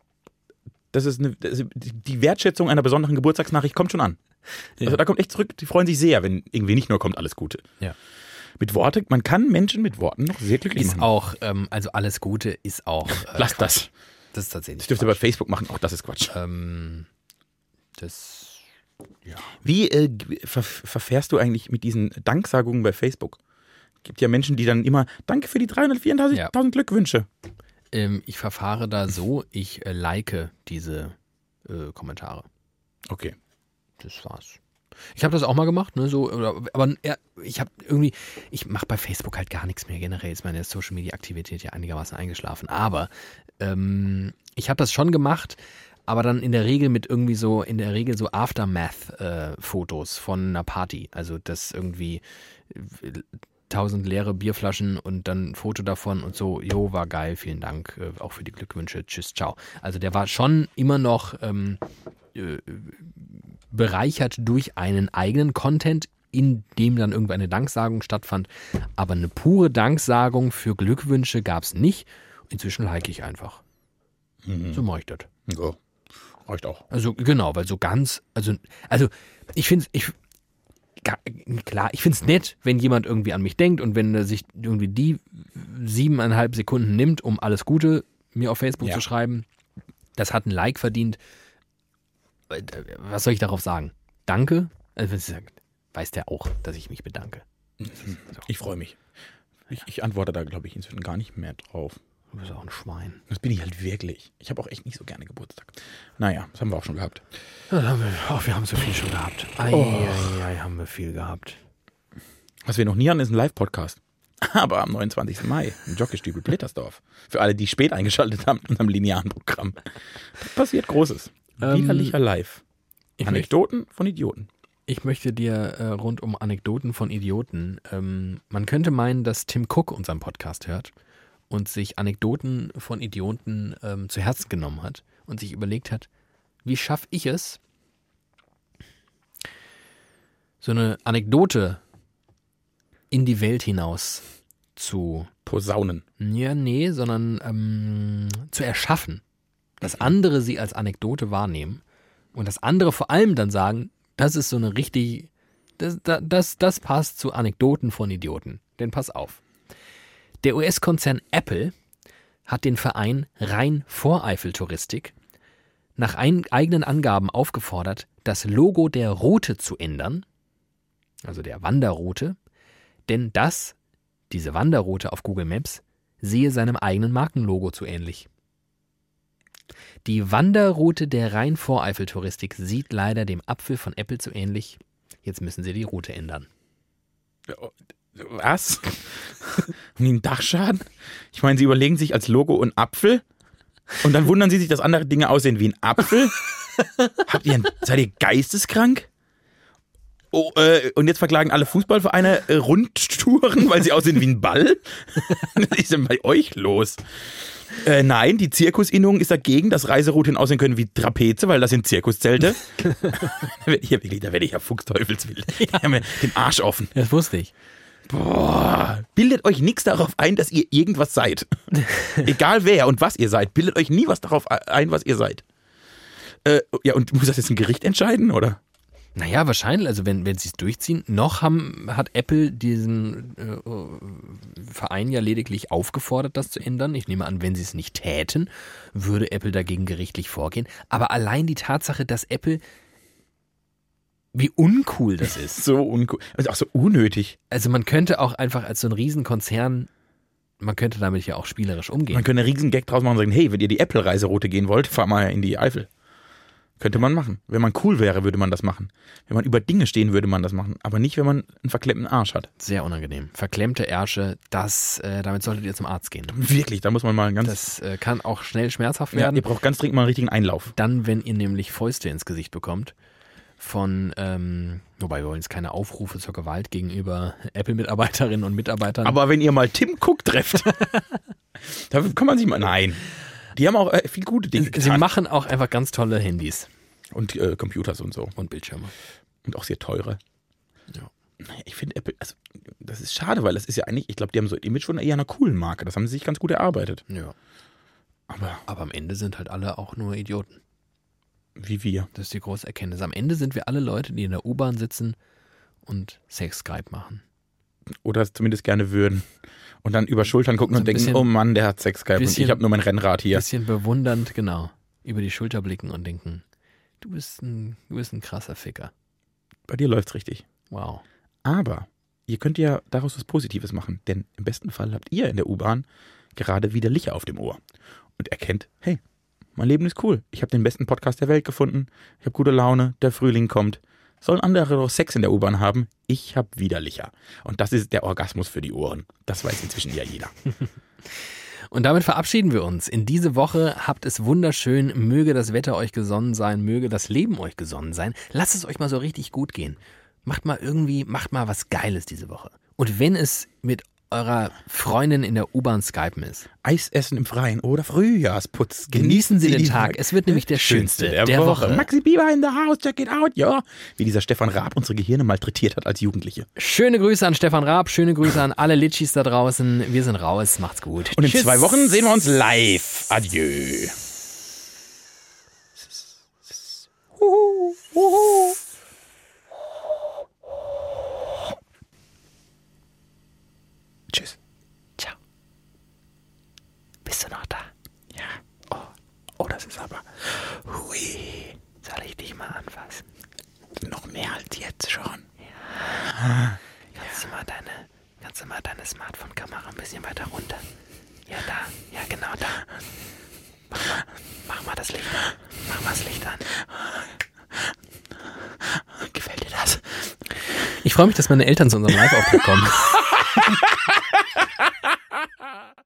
S1: das ist eine, das ist, die Wertschätzung einer besonderen Geburtstagsnachricht kommt schon an.
S2: Ja.
S1: Also da kommt echt zurück, die freuen sich sehr, wenn irgendwie nicht nur kommt alles Gute.
S2: Ja.
S1: Mit Worte, man kann Menschen mit Worten noch sehr glücklich
S2: Ist
S1: machen.
S2: auch, ähm, also alles Gute ist auch. Äh,
S1: Lass
S2: Quatsch.
S1: das.
S2: Das ist tatsächlich.
S1: Das dürft ihr bei Facebook machen, auch das ist Quatsch.
S2: Ähm, das. Ja.
S1: Wie äh, ver verfährst du eigentlich mit diesen Danksagungen bei Facebook? Gibt ja Menschen, die dann immer, danke für die dreihundertvierundachtzigtausend
S2: Ja.
S1: Glückwünsche.
S2: Ähm, ich verfahre da so, ich äh, like diese äh, Kommentare.
S1: Okay.
S2: Das war's. Ich habe das auch mal gemacht, ne, so, oder, aber ja, ich habe irgendwie, ich mache bei Facebook halt gar nichts mehr. Generell ist meine Social Media Aktivität ja einigermaßen eingeschlafen. Aber ähm, ich habe das schon gemacht, aber dann in der Regel mit irgendwie so, in der Regel so Aftermath-Fotos äh, von einer Party. Also das irgendwie tausend leere Bierflaschen und dann ein Foto davon und so, jo, war geil, vielen Dank, äh, auch für die Glückwünsche, tschüss, ciao. Also der war schon immer noch ähm, äh, bereichert durch einen eigenen Content, in dem dann irgendwann eine Danksagung stattfand. Aber eine pure Danksagung für Glückwünsche gab es nicht. Inzwischen like ich einfach.
S1: Mhm.
S2: So mache ich das.
S1: Ja, reicht auch.
S2: Also genau, weil so ganz, also, also ich finde es, ich, klar, ich finde es nett, wenn jemand irgendwie an mich denkt und wenn er sich irgendwie die siebeneinhalb Sekunden nimmt, um alles Gute mir auf Facebook
S1: ja.
S2: zu schreiben. Das hat ein Like verdient. Was soll ich darauf sagen? Danke. Also wenn sie sagt, weiß der auch, dass ich mich bedanke.
S1: So. Ich freue mich. Ich, ich antworte da, glaube ich, inzwischen gar nicht mehr drauf.
S2: Du bist auch ein Schwein.
S1: Das bin ich halt wirklich. Ich habe auch echt nicht so gerne Geburtstag. Naja, das haben wir auch schon gehabt.
S2: Das haben wir, oh, wir haben so viel schon gehabt. Ei, oh. ei, ei, haben wir viel gehabt.
S1: Was wir noch nie haben, ist ein Live-Podcast. Aber am neunundzwanzigsten Mai im Jockeystübel Blittersdorf. Für alle, die spät eingeschaltet haben in einem linearen Programm. Da passiert Großes. Widerlicher ähm, Live. Anekdoten von Idioten.
S2: Ich möchte dir äh, rund um Anekdoten von Idioten, ähm, man könnte meinen, dass Tim Cook unseren Podcast hört und sich Anekdoten von Idioten ähm, zu Herzen genommen hat und sich überlegt hat, wie schaffe ich es, so eine Anekdote in die Welt hinaus zu
S1: posaunen.
S2: Ja, nee, sondern ähm, zu erschaffen, dass andere sie als Anekdote wahrnehmen und dass andere vor allem dann sagen, das ist so eine richtig, das, das, das passt zu Anekdoten von Idioten. Denn pass auf. Der U S-Konzern Apple hat den Verein Rhein-Voreifel-Touristik nach ein, eigenen Angaben aufgefordert, das Logo der Route zu ändern, also der Wanderroute, denn das, diese Wanderroute auf Google Maps, sehe seinem eigenen Markenlogo zu ähnlich. Die Wanderroute der Rhein-Voreifel-Touristik sieht leider dem Apfel von Apple zu ähnlich. Jetzt müssen sie die Route ändern.
S1: Was? Haben die einen Dachschaden? Ich meine, sie überlegen sich als Logo einen Apfel und dann wundern sie sich, dass andere Dinge aussehen wie ein Apfel? Habt ihr einen, seid ihr geisteskrank? Oh, äh, und jetzt verklagen alle Fußballvereine äh, Rundtouren, weil sie aussehen wie ein Ball? Was ist denn bei euch los? Äh, nein, die Zirkusinnung ist dagegen, dass Reiserouten aussehen können wie Trapeze, weil das sind Zirkuszelte. Hier wirklich, da werde ich ja fuchsteufelswild. Ich habe mir den Arsch offen.
S2: Das wusste ich.
S1: Boah, bildet euch nichts darauf ein, dass ihr irgendwas seid. Egal wer und was ihr seid, bildet euch nie was darauf ein, was ihr seid. Äh, ja, und muss das jetzt ein Gericht entscheiden, oder?
S2: Naja, wahrscheinlich, also wenn, wenn sie es durchziehen. Noch haben, hat Apple diesen äh, Verein ja lediglich aufgefordert, das zu ändern. Ich nehme an, wenn sie es nicht täten, würde Apple dagegen gerichtlich vorgehen. Aber allein die Tatsache, dass Apple, wie uncool das ist.
S1: So uncool, also auch so unnötig.
S2: Also man könnte auch einfach als so ein Riesenkonzern, man könnte damit ja auch spielerisch umgehen.
S1: Man könnte einen Riesengag draus machen und sagen, hey, wenn ihr die Apple-Reiseroute gehen wollt, fahr mal in die Eifel. Könnte man machen. Wenn man cool wäre, würde man das machen. Wenn man über Dinge stehen, würde man das machen. Aber nicht, wenn man einen verklemmten Arsch hat.
S2: Sehr unangenehm. Verklemmte Ärsche, das, äh, damit solltet ihr zum Arzt gehen.
S1: Wirklich, da muss man mal ganz...
S2: Das äh, kann auch schnell schmerzhaft
S1: ja,
S2: werden.
S1: Ihr braucht ganz dringend mal einen richtigen Einlauf.
S2: Dann, wenn ihr nämlich Fäuste ins Gesicht bekommt von, ähm, wobei wir wollen jetzt keine Aufrufe zur Gewalt gegenüber Apple-Mitarbeiterinnen und Mitarbeitern.
S1: Aber wenn ihr mal Tim Cook trefft, da kann man sich mal... Nein. Die haben auch äh, viel gute Dinge getan.
S2: Sie machen auch einfach ganz tolle Handys.
S1: Und äh, Computers und so.
S2: Und Bildschirme.
S1: Und auch sehr teure.
S2: Ja.
S1: Ich finde Apple, also das ist schade, weil das ist ja eigentlich, ich glaube, die haben so ein Image von eher einer coolen Marke. Das haben sie sich ganz gut erarbeitet.
S2: Ja.
S1: Aber,
S2: Aber am Ende sind halt alle auch nur Idioten.
S1: Wie wir.
S2: Das ist die große Erkenntnis. Am Ende sind wir alle Leute, die in der U-Bahn sitzen und Sex-Skype machen.
S1: Oder es zumindest gerne würden. Und dann über Schultern gucken
S2: so
S1: und denken, oh Mann, der hat Sex-Skype und ich habe nur mein Rennrad hier.
S2: Ein bisschen bewundernd, genau. Über die Schulter blicken und denken, du bist ein, du bist ein krasser Ficker.
S1: Bei dir läuft's richtig.
S2: Wow.
S1: Aber ihr könnt ja daraus was Positives machen. Denn im besten Fall habt ihr in der U-Bahn gerade wieder Licher auf dem Ohr. Und erkennt, hey, mein Leben ist cool. Ich habe den besten Podcast der Welt gefunden. Ich habe gute Laune. Der Frühling kommt. Sollen andere doch Sex in der U-Bahn haben? Ich habe wieder Licher. Und das ist der Orgasmus für die Ohren. Das weiß inzwischen ja jeder.
S2: Und damit verabschieden wir uns. In diese Woche habt es wunderschön. Möge das Wetter euch gesonnen sein. Möge das Leben euch gesonnen sein. Lasst es euch mal so richtig gut gehen. Macht mal irgendwie, macht mal was Geiles diese Woche. Und wenn es mit eurer Freundin in der U-Bahn skypen ist.
S1: Eis essen im Freien oder Frühjahrsputz.
S2: Genießen Sie den Tag. Es wird nämlich der schönste der, der Woche.
S1: Woche. Maxi Bieber in the house, check it out, ja. Wie dieser Stefan Raab unsere Gehirne malträtiert hat als Jugendliche.
S2: Schöne Grüße an Stefan Raab, schöne Grüße an alle Litschis da draußen. Wir sind raus, macht's gut.
S1: Und in
S2: Tschüss.
S1: zwei Wochen sehen wir uns live. Adieu. Huhu, huhu. Tschüss.
S2: Ciao. Bist du noch da?
S1: Ja. Oh, oh das ist aber... Hui.
S2: Soll ich dich mal anfassen?
S1: Noch mehr als jetzt schon.
S2: Ja. Kannst du mal deine, kannst du mal deine Smartphone-Kamera ein bisschen weiter runter? Ja, da. Ja, genau da. Mach mal, mach mal das Licht an. Mach mal das Licht an.
S1: Gefällt dir das?
S2: Ich freue mich, dass meine Eltern zu unserem Live-Auftritt kommen.